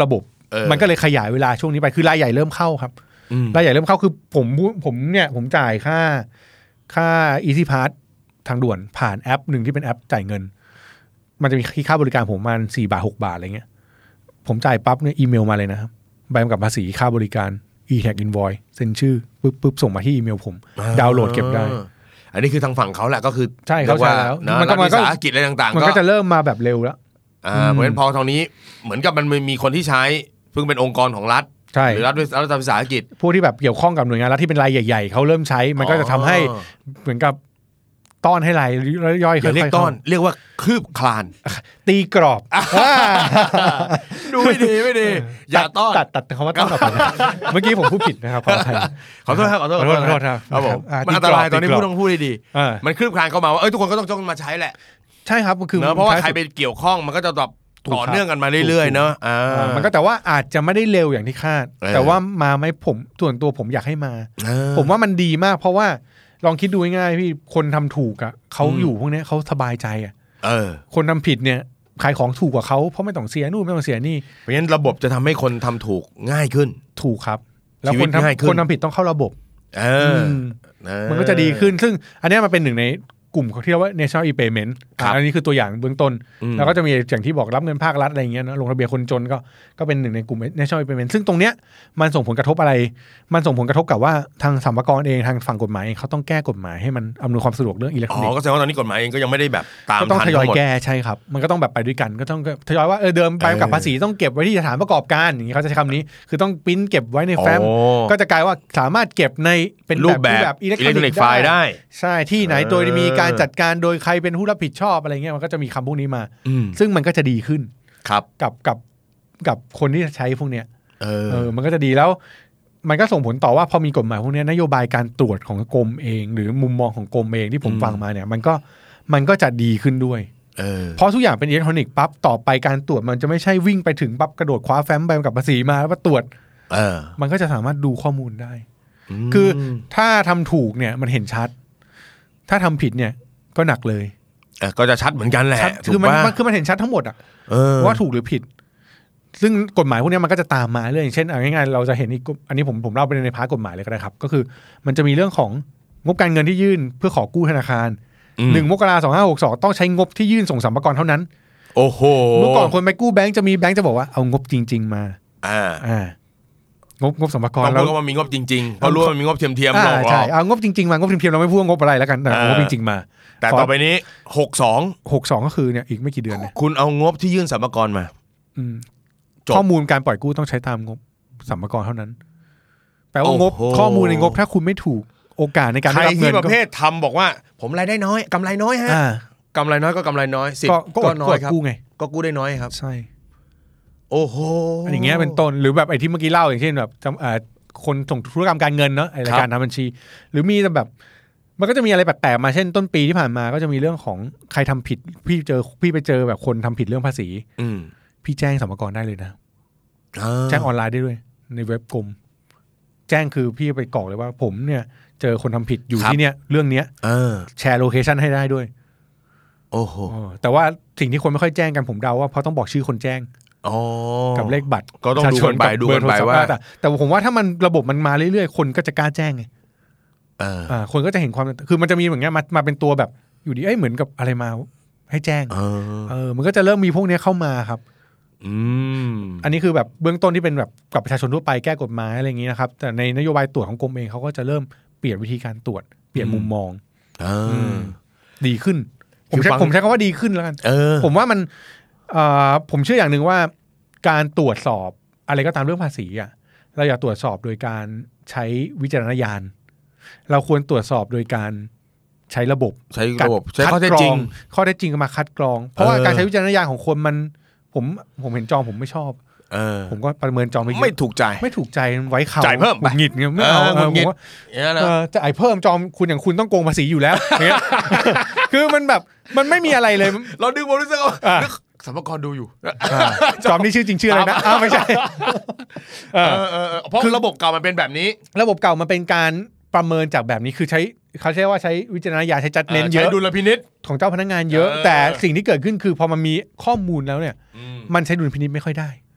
มันก็เลยขยายเวลาช่วงนี้ไปคือรายใหญ่เริ่มเข้าครับรายใหญ่เริ่มเข้าคือผมผมเนี่ยผมจ่ายค่าค่า Easy Pass ทางด่วนผ่านแอปหนึ่งที่เป็นแอปจ่ายเงินมันจะมีค่าบริการผมประมาณสี่บาทหกบาทอะไรเงี้ยผมจ่ายปั๊บเนี่ยอีเมลมาเลยนะครับใบกำกับภาษีค่าบริการ e-tag invoice เซ็นชื่อปุ๊บปุ๊บส่งมาที่อีเมลผมดาวน์โหลดเก็บได้อันนี้คือทางฝั่งเขาแหละก็คือใช่เขาใช่แล้วมันก็มันก็วิสาหกิจอะไรต่างๆมันก็จะเริ่มมาแบบเร็วแล้วอ่าเพราะฉะนั้นพอตรงนี้เหมือนกับมันมีคนที่ใช้เพิ่งเป็นองค์กรของรัฐหรือรัฐรัฐวิสาหกิจผู้ที่แบบเกี่ยวข้องกับหน่วยงานรัฐที่เป็นรายใหญ่ๆเขาเริ่มใช้มันก็จะทำให้เหมือนกับต้อนให้รายย่อยๆค่อยๆเรียกต้อนเรียกว่าคืบคลานตีกรอบดูไม่ดีไม่ดีอย่าต้อนตัดตัดคำว่าต้อนออกไปเมื่อกี้ผมพูดผิดนะครับขออภัยขอโทษครับขอโทษขอโทษครับครับผมมันอันตรายตอนนี้พูดต้องพูดดีมันคืบคลานเข้ามาว่าเอ้ยทุกคนก็ต้องจ้องมาใช้แหละใช่ครับคือเพราะว่าใครไปเกี่ยวข้องมันก็จะแบบต่อเนื่องกันมาเรื่อยๆเนอะมันก็แต่ว่าอาจจะไม่ได้เร็วอย่างที่คาดแต่ว่ามาไหมผมส่วนตัวผมอยากให้มาผมว่ามันดีมากเพราะว่าลองคิดดูง่ายๆพี่คนทำถูกอ่ะเขาอยู่พวกนี้เขาสบายใจอ่ะคนทำผิดเนี่ยขายของถูกกว่าเขาเพราะไม่ต้องเสียนู่นไม่ต้องเสียนี่เพราะฉะนั้นระบบจะทำให้คนทำถูกง่ายขึ้นถูกครับแล้วคนทำคนทำผิดต้องเข้าระบบมันก็จะดีขึ้นซึ่งอันนี้มันเป็นหนึ่งในกลุ่มที่เรียกว่า national e-payment อันนี้คือตัวอย่างเบื้องต้นแล้วก็จะมีอย่างที่บอกรับเงินภาครัฐอะไรอย่างเงี้ยนะลงทะเบียนคนจนก็ก็เป็นหนึ่งในกลุ่ม national e-payment ซึ่งตรงเนี้ยมันส่งผลกระทบอะไรมันส่งผลกระทบกับว่าทางสรรพากรเองทางฝั่งกฎหมายเองเขาต้องแก้กฎหมายให้มันอำนวยความสะดวกเรื่องอิเล็กทรอนิกส์อ๋อก็แสดงว่าตอนนี้กฎหมายเองก็ยังไม่ได้แบบตามทันก็ต้องทยอยแก้ใช่ครับมันก็ต้องแบบไปด้วยกันก็ต้องทยอยว่าเออเดิมไปกับภาษีต้องเก็บไว้ที่สถานประกอบการอย่างนี้เขาจะใช้คำนี้คือต้องปริ้นเก็บไว้ในแฟ้มก็จะกลายว่าสามารถเก็บในเป็นรูปแบบอิเล็กทรอนิกส์ไฟล์ได้ใช่ที่ไหนโดยมีการจัดการโดยใครเป็นผู้รับผิดชอบอะไรเงี้ยมันก็จะมีคำพวกนี้มาซึ่งมันก็จะดีขึ้นครับกับกับกับคนที่ใช้พวกเนี้ยเออเออมันก็จะดีแล้วมันก็ส่งผลต่อว่าพอมีกฎหมายพวกนี้นโยบายการตรวจของกรมเองหรือมุมมองของกรมเองที่ผมฟังมาเนี่ยมันก็มันก็จะดีขึ้นด้วยเออเพราะทุกอย่างเป็นอิเล็กทรอนิกส์ปั๊บต่อไปการตรวจมันจะไม่ใช่วิ่งไปถึงปั๊บกระโดดคว้าแฟ้มใบกำกับภาษีมาแล้วมาตรวจเออมันก็จะสามารถดูข้อมูลได้คือถ้าทำถูกเนี่ยมันเห็นชัดถ้าทำผิดเนี่ยก็หนักเลยก็จะชัดเหมือนกันแหละคือมันคือมันเห็นชัดทั้งหมดอ่ะว่าถูกหรือผิดซึ่งกฎหมายพวกนี้มันก็จะตามมาเรื่อยอย่างเช่นง่ายๆเราจะเห็นอีกอันนี้ผมผมเล่าไปในพาร์ทกฎหมายเลยก็ได้ครับก็คือมันจะมีเรื่องของงบการเงินที่ยื่นเพื่อขอกู้ธนาคารหนึ่งมกราคมสองพันห้าร้อยหกสิบสองต้องใช้งบที่ยื่นส่งสรรพากรเท่านั้นโอ้โหเมื่อก่อนคนไปกู้แบงก์จะมีแบงก์จะบอกว่าเอางบจริงๆมาอ่าอ่างบงบสรรพากรแล้วก็มันมีงบจริงๆเพราะรู้ว่ามันมีงบเทียมๆหรอกใช่เอางบจริงๆมางบเทียมๆเราไม่พูดงบอะไรแล้วกันแต่งบจริงๆมาแต่ต่อไปนี้หกสิบสองหกสิบสองก็คือเนี่ยอีกไม่กี่เดือนเนี่ยคุณเอางบที่ยื่นสรรพากรมาข้อมูลการปล่อยกู้ต้องใช้ตามงบสรรพากรเท่านั้นแปลว่างบข้อมูลในงบถ้าคุณไม่ถูกโอกาสในการได้รับเงินใครที่ประเภททำบอกว่าผมรายได้น้อยกำไรน้อยฮะกำไรน้อยก็กำไรน้อยสิบก็น้อยครับกู้ไงก็กู้ได้น้อยครับใช่โอ้โหอย่างเงี้ยเป็นต้นหรือแบบไอ้ที่เมื่อกี้เล่าอย่างเช่นแบบคนส่งธุรกรรมการเงินเนาะรายการทำบัญชีหรือมีแบบมันก็จะมีอะไรแปลกๆมาเช่นต้นปีที่ผ่านมาก็จะมีเรื่องของใครทำผิดพี่เจอพี่ไปเจอแบบคนทำผิดเรื่องภาษีพี่แจ้งสรรพากรได้เลยนะแจ้งออนไลน์ได้ด้วยในเว็บกรมแจ้งคือพี่ไปกรอกเลยว่าผมเนี่ยเจอคนทำผิดอยู่ที่เนี่ยเรื่องเนี้ยแชร์โลเคชั่นให้ได้ด้วยโอ้โหแต่ว่าสิ่งที่คนไม่ค่อยแจ้งกันผมเดาว่าเพราะต้องบอกชื่อคนแจ้งกับเลขบัตรก็ต้องดูกันไปดูกันไปว่าแต่ผมว่าถ้ามันระบบมันมาเรื่อยๆคนก็จะกล้าแจ้งไงอ่าคนก็จะเห็นความคือมันจะมีเหมือนกันมามาเป็นตัวแบบอยู่ดีเอ้ยเหมือนกับอะไรมาให้แจ้งเออมันก็จะเริ่มมีพวกนี้เข้ามาครับอืมอันนี้คือแบบเบื้องต้นที่เป็นแบบกับประชาชนทั่วไปแก้กฎหมายอะไรอย่างนี้นะครับแต่ในนโยบายตรวจของกรมเองเขาก็จะเริ่มเปลี่ยนวิธีการตรวจเปลี่ยนมุมมองดีขึ้นผมใช้ผมใช้คำว่าดีขึ้นแล้วกันผมว่ามันผมเชื่ออย่างหนึ่งว่าการตรวจสอบอะไรก็ตามเรื่องภาษีอ่ะเราอย่าตรวจสอบโดยการใช้วิจารณญาณเราควรตรวจสอบโดยการใช้ระบบใช้ระบบใช้ข้อเท็จจริงข้อเท็จจริงมาคัดกรองเพราะว่าการใช้วิจารณญาณของคนมันผมผมเห็นจองผมไม่ชอบผมก็ประเมินจองไม่ไม่ถูกใจไม่ถูกใจไว้เขาจ่ายเพิ่มหงิดเงี้ยไม่เอาผมว่าจะไอ้เพิ่มจองคุณอย่างคุณต้องโกงภาษีอยู่แล้วเงี้ยคือมันแบบมันไม่มีอะไรเลยเราดึงความรู้สึกสรรพากรดูอยู่จอมนี่ชื่อจริงชื่ออะไรนะอ้าวไม่ใช่เพราะระบบเก่ามันเป็นแบบนี้ระบบเก่ามันเป็นการประเมินจากแบบนี้คือใช้เขาใช้ว่าใช้วิจารณญาณใช้จัดเน้นเยอะใช้ดุลพินิจของเจ้าพนักงานเยอะแต่สิ่งที่เกิดขึ้นคือพอมันมีข้อมูลแล้วเนี่ยมันใช้ดุลพินิจไม่ค่อยได้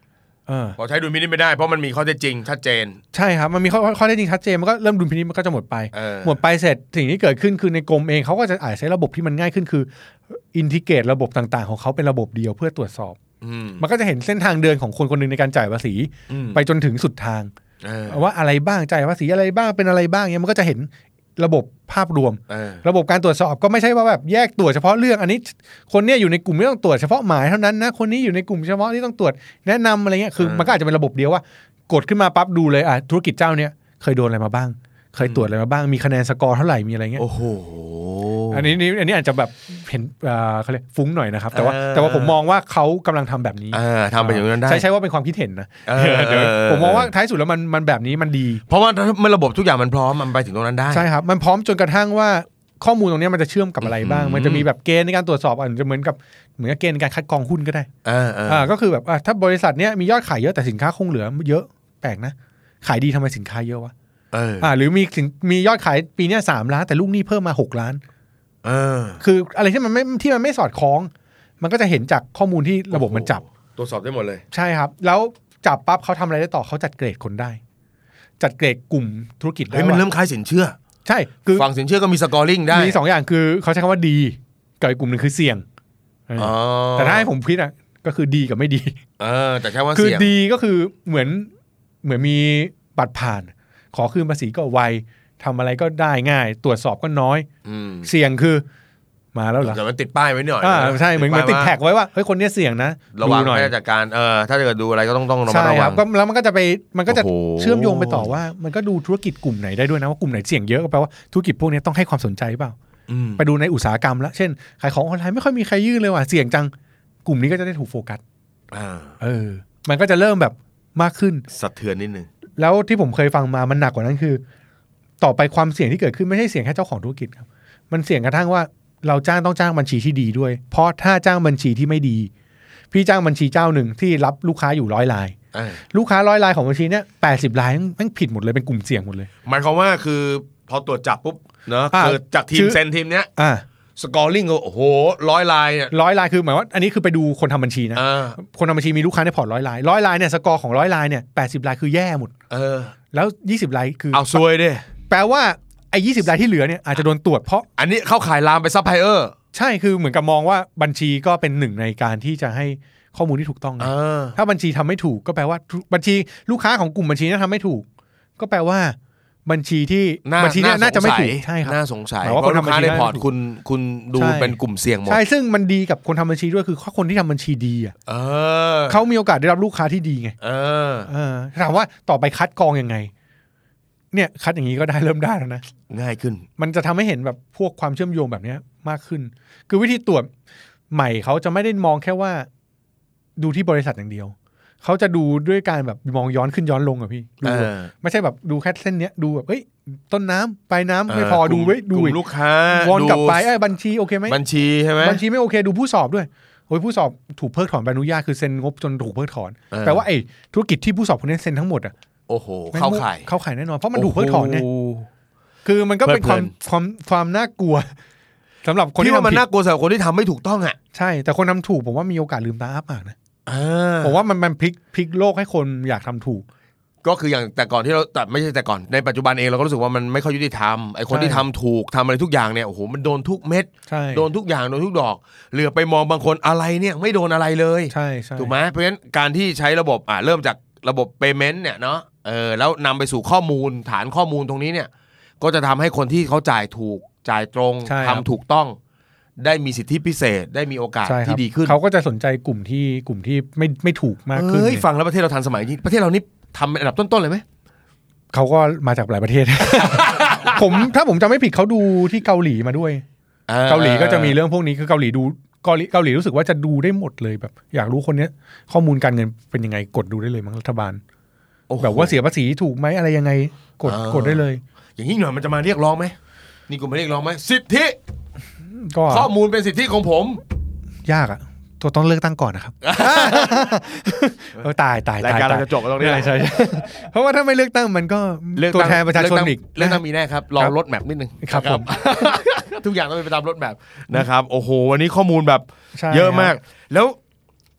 พอใช้ดุลพินิจไม่ได้เพราะมันมีข้อเท็จจริงชัดเจนใช่ครับมันมีข้อข้อเท็จจริงชัดเจนมันก็เริ่มดุลพินิจมันก็จะหมดไปหมดไปเสร็จสิ่งที่เกิดขึ้นคือในกรมเองเขาก็จะอาจใช้ระบบที่มันง่ายขึ้นคืออินทิเกรตระบบต่างๆของเขาเป็นระบบเดียวเพื่อตรวจสอบมันก็จะเห็นเส้นทางเดินของคนคนนึงในการจ่ายภาษีไปจนถึงสุดทางว่าอะไรบ้างจ่ายภาษีอะไรบ้างเป็นอะไรบ้างเนี่ยมันก็จะเห็นระบบภาพรวมระบบการตรวจสอบก็ไม่ใช่ว่าแบบแยกตรวจเฉพาะเรื่องอันนี้คนเนี้ยอยู่ในกลุ่มที่ต้องตรวจเฉพาะหมายเท่านั้นนะคนนี้อยู่ในกลุ่มเฉพาะที่ต้องตรวจแนะนำอะไรเงี้ยคือมันก็อาจจะเป็นระบบเดียวว่ากดขึ้นมาปั๊บดูเลยอ่ะธุรกิจเจ้าเนี้ยเคยโดนอะไรมาบ้างเคยตรวจอะไรมาบ้างมีคะแนนสกอร์เท่าไหร่มีอะไรเงี้ยโอ้โหอันนี้อันนี้อาจจะแบบเห็นเขาเรียกฟุ้งหน่อยนะครับแต่ว่าแต่ว่าผมมองว่าเขากำลังทำแบบนี้ทำไปอย่างนั้นได้ใช่ใช่ว่าเป็นความคิดเห็นนะผมมองว่าท้ายสุดแล้วมันมันแบบนี้มันดีเพราะว่าเมื่อระบบทุกอย่างมันพร้อมมันไปถึงตรงนั้นได้ใช่ครับมันพร้อมจนกระทั่งว่าข้อมูลตรงนี้มันจะเชื่อมกับอะไรบ้างมันจะมีแบบเกณฑ์ในการตรวจสอบอาจจะเหมือนกับเหมือนกับเกณฑ์ในการคัดกรองหุ้นก็ได้อ่าก็คือแบบถ้าบริษัทเนี้ยมียอดขายเยอะแต่สินค้าคงเหลือเยอะแปลกนะขายดีทำไมสินค้าเยอะวะอ่าหรือมีมียอดขายปีนี้สามล้านแต่ลูกหนี้เพิ่มมาหกล้านเออคืออะไรที่มันไม่ที่มันไม่สอดคล้องมันก็จะเห็นจากข้อมูลที่ระบบมันจับตรวจสอบได้หมดเลยใช่ครับแล้วจับปั๊บเขาทำอะไรได้ต่อเขาจัดเกรดคนได้จัดเกรดกลุ่มธุรกิจได้มันเริ่มคล้ายสินเชื่อใช่คือฝั่งสินเชื่อก็มีสกอร์ลิ่งได้มีสองอย่างคือเขาใช้คำว่าดีกับอีกกลุ่มหนึ่งคือเสี่ยงแต่ถ้าให้ผมพิจารณาก็คือดีกับไม่ดีเออแต่แค่ว่าคือดีก็คือเหมือนเหมือนมีบัตรผ่านขอคืนภาษีก็ไวทำอะไรก็ได้ง่ายตรวจสอบก็น้อยเสี่ยงคือมาแล้วเหรอแต่มันติดป้ายไว้หน่อยอ่าใช่เหมือนมันติดแท็กไว้ว่าเฮ้ยคนนี้เสี่ยงนะระวังให้จัดการเออถ้าจะเกิดดูอะไรก็ต้องต้องระมัดระวังแล้วมันก็จะไปมันก็จะเชื่อมโยงไปต่อว่ามันก็ดูธุรกิจกลุ่มไหนได้ด้วยนะว่ากลุ่มไหนเสี่ยงเยอะก็แปลว่าธุรกิจพวกนี้ต้องให้ความสนใจเปล่าไปดูในอุตสาหกรรมแล้วเช่นขายของออนไลน์ไม่ค่อยมีใครยื่นเลยว่ะเสี่ยงจังกลุ่มนี้ก็จะได้ถูกโฟกัสเออมันก็จะเริ่มแบบมากขึ้นสะเทือนนิดนึงแล้วที่ผมเคยฟังมามันหนักกว่านั้นคือต่อไปความเสี่ยงที่เกิดขึ้นไม่ใช่เสี่ยงแค่เจ้าของธุรกิจครับมันเสี่ยงกระทั่งว่าเราจ้างต้องจ้างบัญชีที่ดีด้วยเพราะถ้าจ้างบัญชีที่ไม่ดีพี่จ้างบัญชีเจ้าหนึ่งที่รับลูกค้าอยู่ร้อยรายลูกค้าร้อยรายของบัญชีเนี้ยแปดสิบรายมันผิดหมดเลยเป็นกลุ่มเสี่ยงหมดเลยหมายความว่าคือพอตรวจจับปุ๊บเนาะคือจากทีมเซนทีมเนี้ยสกอร์ลิงก็โอ้โหร้อยรายเนี่ยร้อยรายคือหมายว่าอันนี้คือไปดูคนทำบัญชีนะคนทำบัญชีมีลูกค้าในพอร์ตร้อยรายร้อยรายเนี่ยสกอร์ของร้อยรายเนี่ยแปดสิบรายคือแย่หมดแล้วยี่สิบรายคือเอาซวยดิแปลว่าไอ้ยี่สิบรายที่เหลือเนี่ยอาจจะโดนตรวจเพราะอันนี้เข้าขายลามไปซัพพลายเออร์ใช่คือเหมือนกับมองว่าบัญชีก็เป็นหนึ่งในการที่จะให้ข้อมูลที่ถูกต้องถ้าบัญชีทำไม่ถูกก็แปลว่าบัญชีลูกค้าของกลุ่มบัญชีนั้นทำไม่ถูกก็แปลว่าบัญชีที่บัญชีนี้น่าจะไม่ถูกใช่ครับน่าสงสัยเพราะคนทำบัญชีในพอร์ตคุณคุณดูเป็นกลุ่มเสี่ยงหมดใช่ซึ่งมันดีกับคนทำบัญชีด้วยคือข้อคนที่ทำบัญชีดีอ่ะเขามีโอกาสได้รับลูกค้าที่ดีไงถามว่าต่อไปคัดกรองยังไงเนี่ยคัดอย่างนี้ก็ได้เริ่มได้แล้วนะง่ายขึ้นมันจะทำให้เห็นแบบพวกความเชื่อมโยงแบบนี้มากขึ้นคือวิธีตรวจใหม่เขาจะไม่ได้มองแค่ว่าดูที่บริษัทอย่างเดียวเขาจะดูด้วยการแบบมองย้อนขึ้นย้อนลงอะพี่ดูไม่ใช่แบบดูแค่เส้นเนี้ยดูแบบเฮ้ยต้นน้ำปลายน้ำไม่พอดูไว้ดูลูกค้าวนกลับไปไอ้บัญชีโอเคไหมบัญชีใช่ไหมบัญชีไม่โอเคดูผู้สอบด้วยโอ้ยผู้สอบถูกเพิกถอนใบอนุญาตคือเซ็นงบจนถูกเพิกถอนแปลว่าไอ้ธุรกิจที่ผู้สอบคนนี้เซ็นทั้งหมดอะโอ้โหเข้าข่ายเข้าข่ายแน่นอนเพราะมันถูกเพิกถอนเนี่ยคือมันก็เป็นความความความน่ากลัวสำหรับคนที่ทำมันน่ากลัวสำหรับคนที่ทำไม่ถูกต้องอ่ะใช่แต่คนทำถูกผมว่ามีโอกาสลืมตาอ้าปากนะผมว่ามันมันพลิกพลิกโลกให้คนอยากทำถูกก็คืออย่างแต่ก่อนที่เราแต่ไม่ใช่แต่ก่อนในปัจจุบันเองเราก็รู้สึกว่ามันไม่ค่อยยุติธรรมไอ้คนที่ทำถูกทำอะไรทุกอย่างเนี่ยโอ้โหมันโดนทุกเม็ดโดนทุกอย่างโดนทุกดอกเหลือไปมองบางคนอะไรเนี่ยไม่โดนอะไรเลยใช่ใช่ถูกไหมเพราะฉะนั้นการที่ใช้ระบบอ่ะเริ่มจากระบบ payment เนี่ยเนาะเออแล้วนำไปสู่ข้อมูลฐานข้อมูลตรงนี้เนี่ยก็จะทำให้คนที่เขาจ่ายถูกจ่ายตรงทำถูกต้องได้มีสิทธิพิเศษได้มีโอกาสที่ดีขึ้นเขาก็จะสนใจกลุ่มที่กลุ่มที่ไม่ไม่ถูกมากขึ้นเฮ้ยฟังแล้วประเทศเราทันสมัยนี้ประเทศเรานี่ทำอันดับต้นๆเลยไหมเขาก็มาจากหลายประเทศ ผมถ้าผมจำไม่ผิดเขาดูที่เกาหลีมาด้วยเกาหลีก็จะมีเรื่องพวกนี้คือเกาหลีดูเกาหลีเกาหลีรู้สึกว่าจะดูได้หมดเลยแบบอยากรู้คนนี้ข้อมูลการเงินเป็นยังไงกดดูได้เลยมั้งรัฐบาลแบบว่าเสียภาษีถูกไหมอะไรยังไงกดกดได้เลยอย่างนี้หน่อยมันจะมาเรียกร้องไหมนี่กูไม่เรียกร้องไหมสิทธิข้อมูลเป็นสิทธิของผมยากอะตัวต้องเลือกตั้งก่อนนะครับเออตายตายรายการเราจะจบตรงนี้ใช่เพราะว่าถ้าไม่เลือกตั้งมันก็ตัวแทนประชาชนอีกเลือกตั้งมีแน่ครับรอรถแมพนิดนึงครับผมทุกอย่างต้องเป็นไปตามรถแมพนะครับโอ้โหวันนี้ข้อมูลแบบเยอะมากแล้ว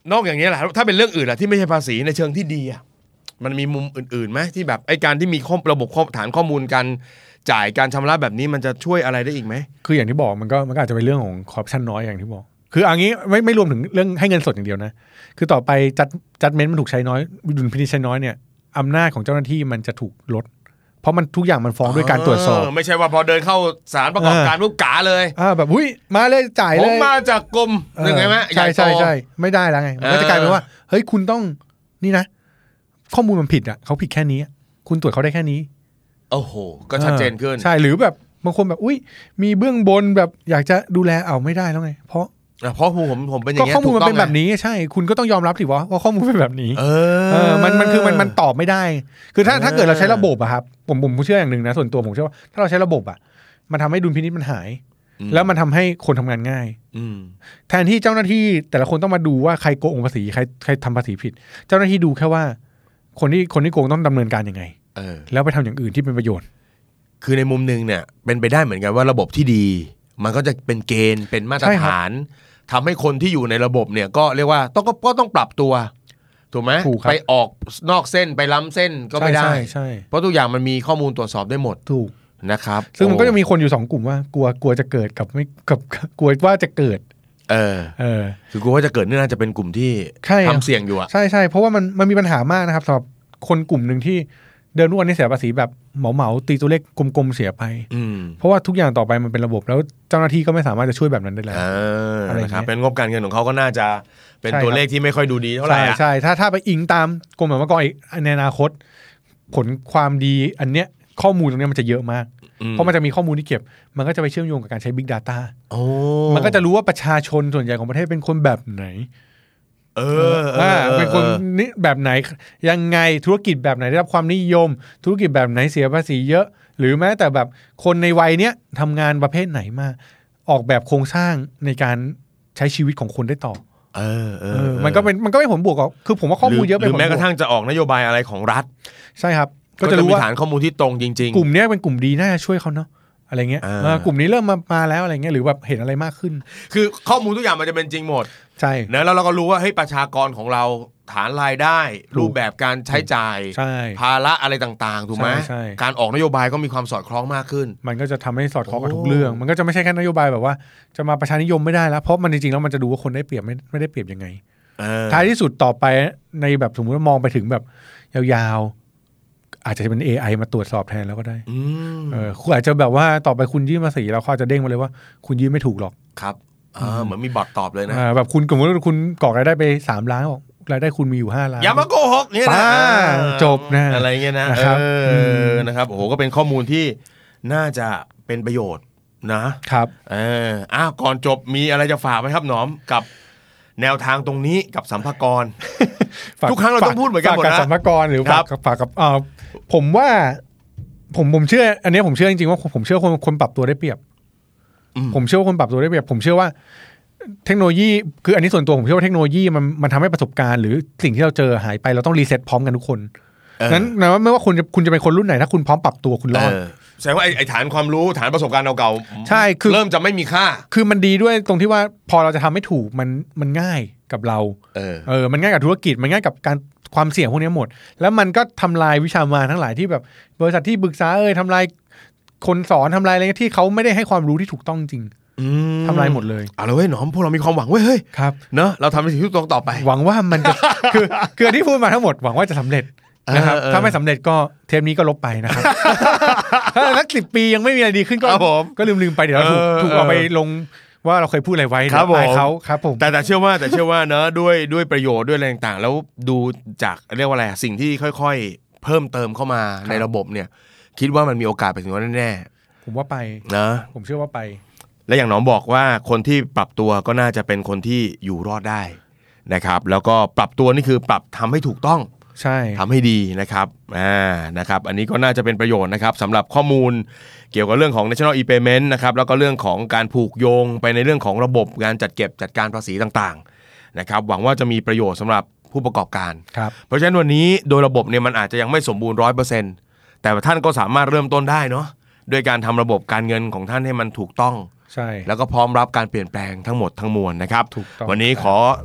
นอกอย่างนี้แหละถ้าเป็นเรื่องอื่นล่ะที่ไม่ใช่ภาษีในเชิงที่ดีอ่ะมันมีมุมอื่นๆไหมที่แบบไอ้การที่มีระบบฐานข้อมูลการจ่ายการชำระแบบนี้มันจะช่วยอะไรได้อีกไหมคืออย่างที่บอกมันก็มันก็อาจจะเป็นเรื่องของคอร์รัปชันน้อยอย่างที่บอกคืออันนี้ไม่ไม่รวมถึงเรื่องให้เงินสดอย่างเดียวนะคือต่อไปจัดจัดเมนต์มันถูกใช้น้อยดุลพินิจใช้น้อยเนี่ยอำนาจของเจ้าหน้าที่มันจะถูกลดเพราะมันทุกอย่างมันฟ้องด้วยการตรวจสอบไม่ใช่ว่าพอเดินเข้าศาลประกอบการปุ๊บกาเลยอ่าแบบอุ้ยมาเลยจ่ายเลยผมมาจากกรมยังไงไหมใช่ใช่ใช่ไม่ได้แล้วไงมันก็จะกลายเป็นว่าเฮ้ยคุณต้องนี่นะข้อมูลมันผิดอ่ะเขาผิดแค่นี้คุณตรวจเขาได้แค่นี้โอ้โหก็ชัดเจนขึ้นใช่หรือแบบบางคนแบบอุ้ยมีเบื้องบนแบบอยากจะดูแลเอาไม่ได้แล้วไงเพราะเพราะผมผมเป็นอย่างนี้ก็ข้อมูลมันเป็นแบบนี้ใช่คุณก็ต้องยอมรับสิว่าว่าข้อมูลเป็นแบบนี้เออมันมันคือมันมันตอบไม่ได้คือถ้าถ้าเกิดเราใช้ระบบอะครับผมผมเชื่ออย่างหนึ่งนะส่วนตัวผมเชื่อว่าถ้าเราใช้ระบบอะมันทำให้ดุลพินิจมันหายแล้วมันทำให้คนทำงานง่ายแทนที่เจ้าหน้าที่แต่ละคนต้องมาดูว่าใครโกงภาษีใครใครทำภาษีผิดเจ้าหน้าที่ดูแค่ว่าคนที่คนที่โกงต้องดำเนินการยังไงแล้วไปทำอย่างอื่นที่เป็นประโยชน์คือในมุมนึงเนี่ยเป็นไปได้เหมือนกันว่าระบบที่ดีมันก็จะเป็นเกณฑ์เป็นมาตรฐานทำให้คนที่อยู่ในระบบเนี่ยก็เรียกว่าต้องก็ต้องปรับตัวถูกไหมไปออกนอกเส้นไปล้ำเส้นก็ไม่ได้เพราะทุกอย่างมันมีข้อมูลตรวจสอบได้หมดถูกนะครับซึ่งมันก็จะมีคนอยู่สองกลุ่มว่ากลัวกลัวจะเกิดกับไม่กับกลัวว่าจะเกิดเออเออคือกลัวว่าจะเกิดนี่น่าจะเป็นกลุ่มที่ทำเสี่ยงอยู่อ่ะใช่ใช่เพราะว่ามันมันมีปัญหามากนะครับสำหรับคนกลุ่มนึงที่เดินทุกวันนี้เสียภาษีแบบเหมาๆตีตัวเลขกลมๆเสียไปเพราะว่าทุกอย่างต่อไปมันเป็นระบบแล้วเจ้าหน้าที่ก็ไม่สามารถจะช่วยแบบนั้นได้แล้วอะไรนะครับเป็นงบการเงินของเขาก็น่าจะเป็นตัวเลขที่ไม่ค่อยดูดีเท่าไหร่ใช่ใช่ถ้าถ้าไปอิงตามกรมสรรพากรอีกในอนาคตผลความดีอันเนี้ยข้อมูลตรงนี้มันจะเยอะมากเพราะมันจะมีข้อมูลที่เก็บมันก็จะไปเชื่อมโยงกับการใช้ Big Data มันก็จะรู้ว่าประชาชนส่วนใหญ่ของประเทศเป็นคนแบบไหนเออเป็นคนนี่แบบไหนยังไงธุรกิจแบบไหนได้รับความนิยมธุรกิจแบบไหนเสียภาษีเยอะหรือแม้แต่แบบคนในวัยเนี้ยทำงานประเภทไหนมาออกแบบโครงสร้างในการใช้ชีวิตของคนได้ต่อเออเออมันก็เป็นมันก็เป็นผลบวกก็คือผมว่าข้อมูลเยอะไปหรือแม้กระทั่งจะออกนโยบายอะไรของรัฐใช่ครับก็จะรู้ว่าฐานข้อมูลที่ตรงจริงๆกลุ่มนี้เป็นกลุ่มดีน่าจะช่วยเขาเนาะอะไรเงี้ยกลุ่มนี้เริ่มมามาแล้วอะไรเงี้ยหรือแบบเห็นอะไรมากขึ้นคือข้อมูลทุกอย่างมันจะเป็นจริงหมดใช่นะแล้วเราก็รู้ว่าเฮ้ยประชากรของเราฐานรายได้รูปแบบการใช้จ่ายภาระอะไรต่างๆถูกไหมการออกนโยบายก็มีความสอดคล้องมากขึ้นมันก็จะทำให้สอดคล้องกับทุกเรื่องมันก็จะไม่ใช่แค่นโยบายแบบว่าจะมาประชานิยมไม่ได้แล้วเพราะมันจริงๆแล้วมันจะดูว่าคนได้เปรียบไม่ไม่ได้เปรียบยังไงท้ายที่สุดต่อไปในแบบสมมติว่ามองไปถึงแบบยาวๆอาจจะเป็น เอ ไอ มาตรวจสอบแทนแล้วก็ได้เออคุณอาจจะแบบว่าต่อไปคุณยื่นภาษีแล้วเขาจะเด้งมาเลยว่าคุณยื่นไม่ถูกหรอกครับเหมือนมีบอทตอบเลยนะแบบคุณสมมติว่าคุณกรอกรายได้ไปสามล้านบอกรายได้คุณมีอยู่ห้าล้านอย่ามาโกหกเนี่ยนะจบนะอะไรเงี้ยนะเออนะครับโอ้โหก็เป็นข้อมูลที่น่าจะเป็นประโยชน์นะครับเอออ้าวก่อนจบมีอะไรจะฝากไหมครับหนอมกับแนวทางตรงนี้กับสัมภากรทุกครั้งเราต้องพูดเหมือนกันหมดนะฝากกับสัมภากรหรือฝากกับฝากกับเออผมว่าผมผมเชื่ออันนี้ผมเชื่อจริงๆว่าผมเชื่อคนคนปรับตัวได้เปรียบผมเชื่อว่าคนปรับตัวได้เปรียบผมเชื่อว่าเทคโนโลยีคืออันนี้ส่วนตัวผมเชื่อว่าเทคโนโลยีมันมันทำให้ประสบการณ์หรือสิ่งที่เราเจอหายไปเราต้องรีเซ็ตพร้อมกันทุกคนนั้นนะว่าไม่ว่าคุณจะคุณจะเป็นคนรุ่นไหนถ้าคุณพร้อมปรับตัวคุณรอดแสดงว่าไอ้ฐานความรู้ฐานประสบการณ์เก่าๆใช่คือเริ่มจะไม่มีค่าคือมันดีด้วยตรงที่ว่าพอเราจะทำให้ถูกมันมันง่ายกับเราเออเออมันง่ายกับธุรกิจมันง่ายกับการความเสี่ยงพวกนี้หมดแล้วมันก็ทำลายวิชามารทั้งหลายที่แบบบริษัทที่ปรึกษาเอ้ยทำลายคนสอนทำลายอะไรที่เขาไม่ได้ให้ความรู้ที่ถูกต้องจริงทำลายหมดเลยเอาละเว้ยหนอมพวกเรามีความหวังเว้ยเฮ้ยครับเนอะเราทำในสิ่งที่ตรงต่อไปหวังว่ามันจะคือคือที่พูดมาทั้งหมดหวังว่าจะสำเร็จนะครับถ้าไม่สำเร็จก็เทปนี้ก็ลบไปนะครับถ้าสักสิบปียังไม่มีอะไรดีขึ้นก็ก็ลืมๆไปเดี๋ยวเราถูกถูกเอาไปลงว่าเราเคยพูดอะไรไว้ครับผมเขาครับผมแต่แต่เชื่อว่าแต่เชื่อว่าเนอะด้วยด้วยประโยชน์ด้วยอะไรต่างๆแล้วดูจากเรียกว่าอะไรสิ่งที่ค่อยๆเพิ่มเติมเข้ามาในระบบเนี่ยคิดว่ามันมีโอกาสไปถึงนั้นแน่ๆผมว่าไปนะผมเชื่อว่าไปและอย่างน้องบอกว่าคนที่ปรับตัวก็น่าจะเป็นคนที่อยู่รอดได้นะครับแล้วก็ปรับตัวนี่คือปรับทำให้ถูกต้องใช่ทำให้ดีนะครับอ่านะครับอันนี้ก็น่าจะเป็นประโยชน์นะครับสำหรับข้อมูลเกี่ยวกับเรื่องของ National e-Payment นะครับแล้วก็เรื่องของการผูกโยงไปในเรื่องของระบบการจัดเก็บจัดการภาษีต่างๆนะครับหวังว่าจะมีประโยชน์สำหรับผู้ประกอบการเพราะฉะนั้นวันนี้โดยระบบเนี่ยมันอาจจะยังไม่สมบูรณ์ ร้อยเปอร์เซ็นต์ แต่ท่านก็สามารถเริ่มต้นได้เนาะด้วยการทำระบบการเงินของท่านให้มันถูกต้องใช่แล้วก็พร้อมรับการเปลี่ยนแปลงทั้งหมดทั้งมวลนะครับวันนี้ขอ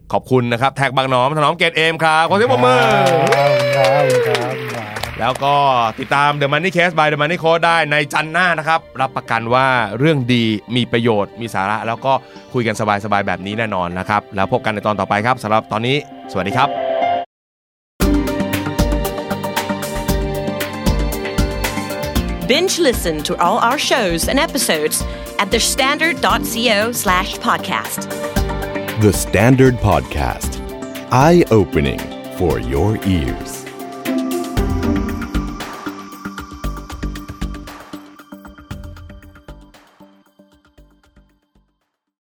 ขอบคุณนะครับแท็กบางหนอมถนอมเกตเอมครับขอเสียงปรบมือแล้วก็ติดตาม The Money Case by The Money Coach ได้ในจันทร์หน้านะครับรับประกันว่าเรื่องดีมีประโยชน์มีสาระแล้วก็คุยกันสบายๆแบบนี้แน่นอนนะครับแล้วพบกันในตอนต่อไปครับสำหรับตอนนี้สวัสดีครับ Binge listen to all our shows and episodes at the standard dot co slash podcast. The Standard Podcast. Eye-opening for your ears.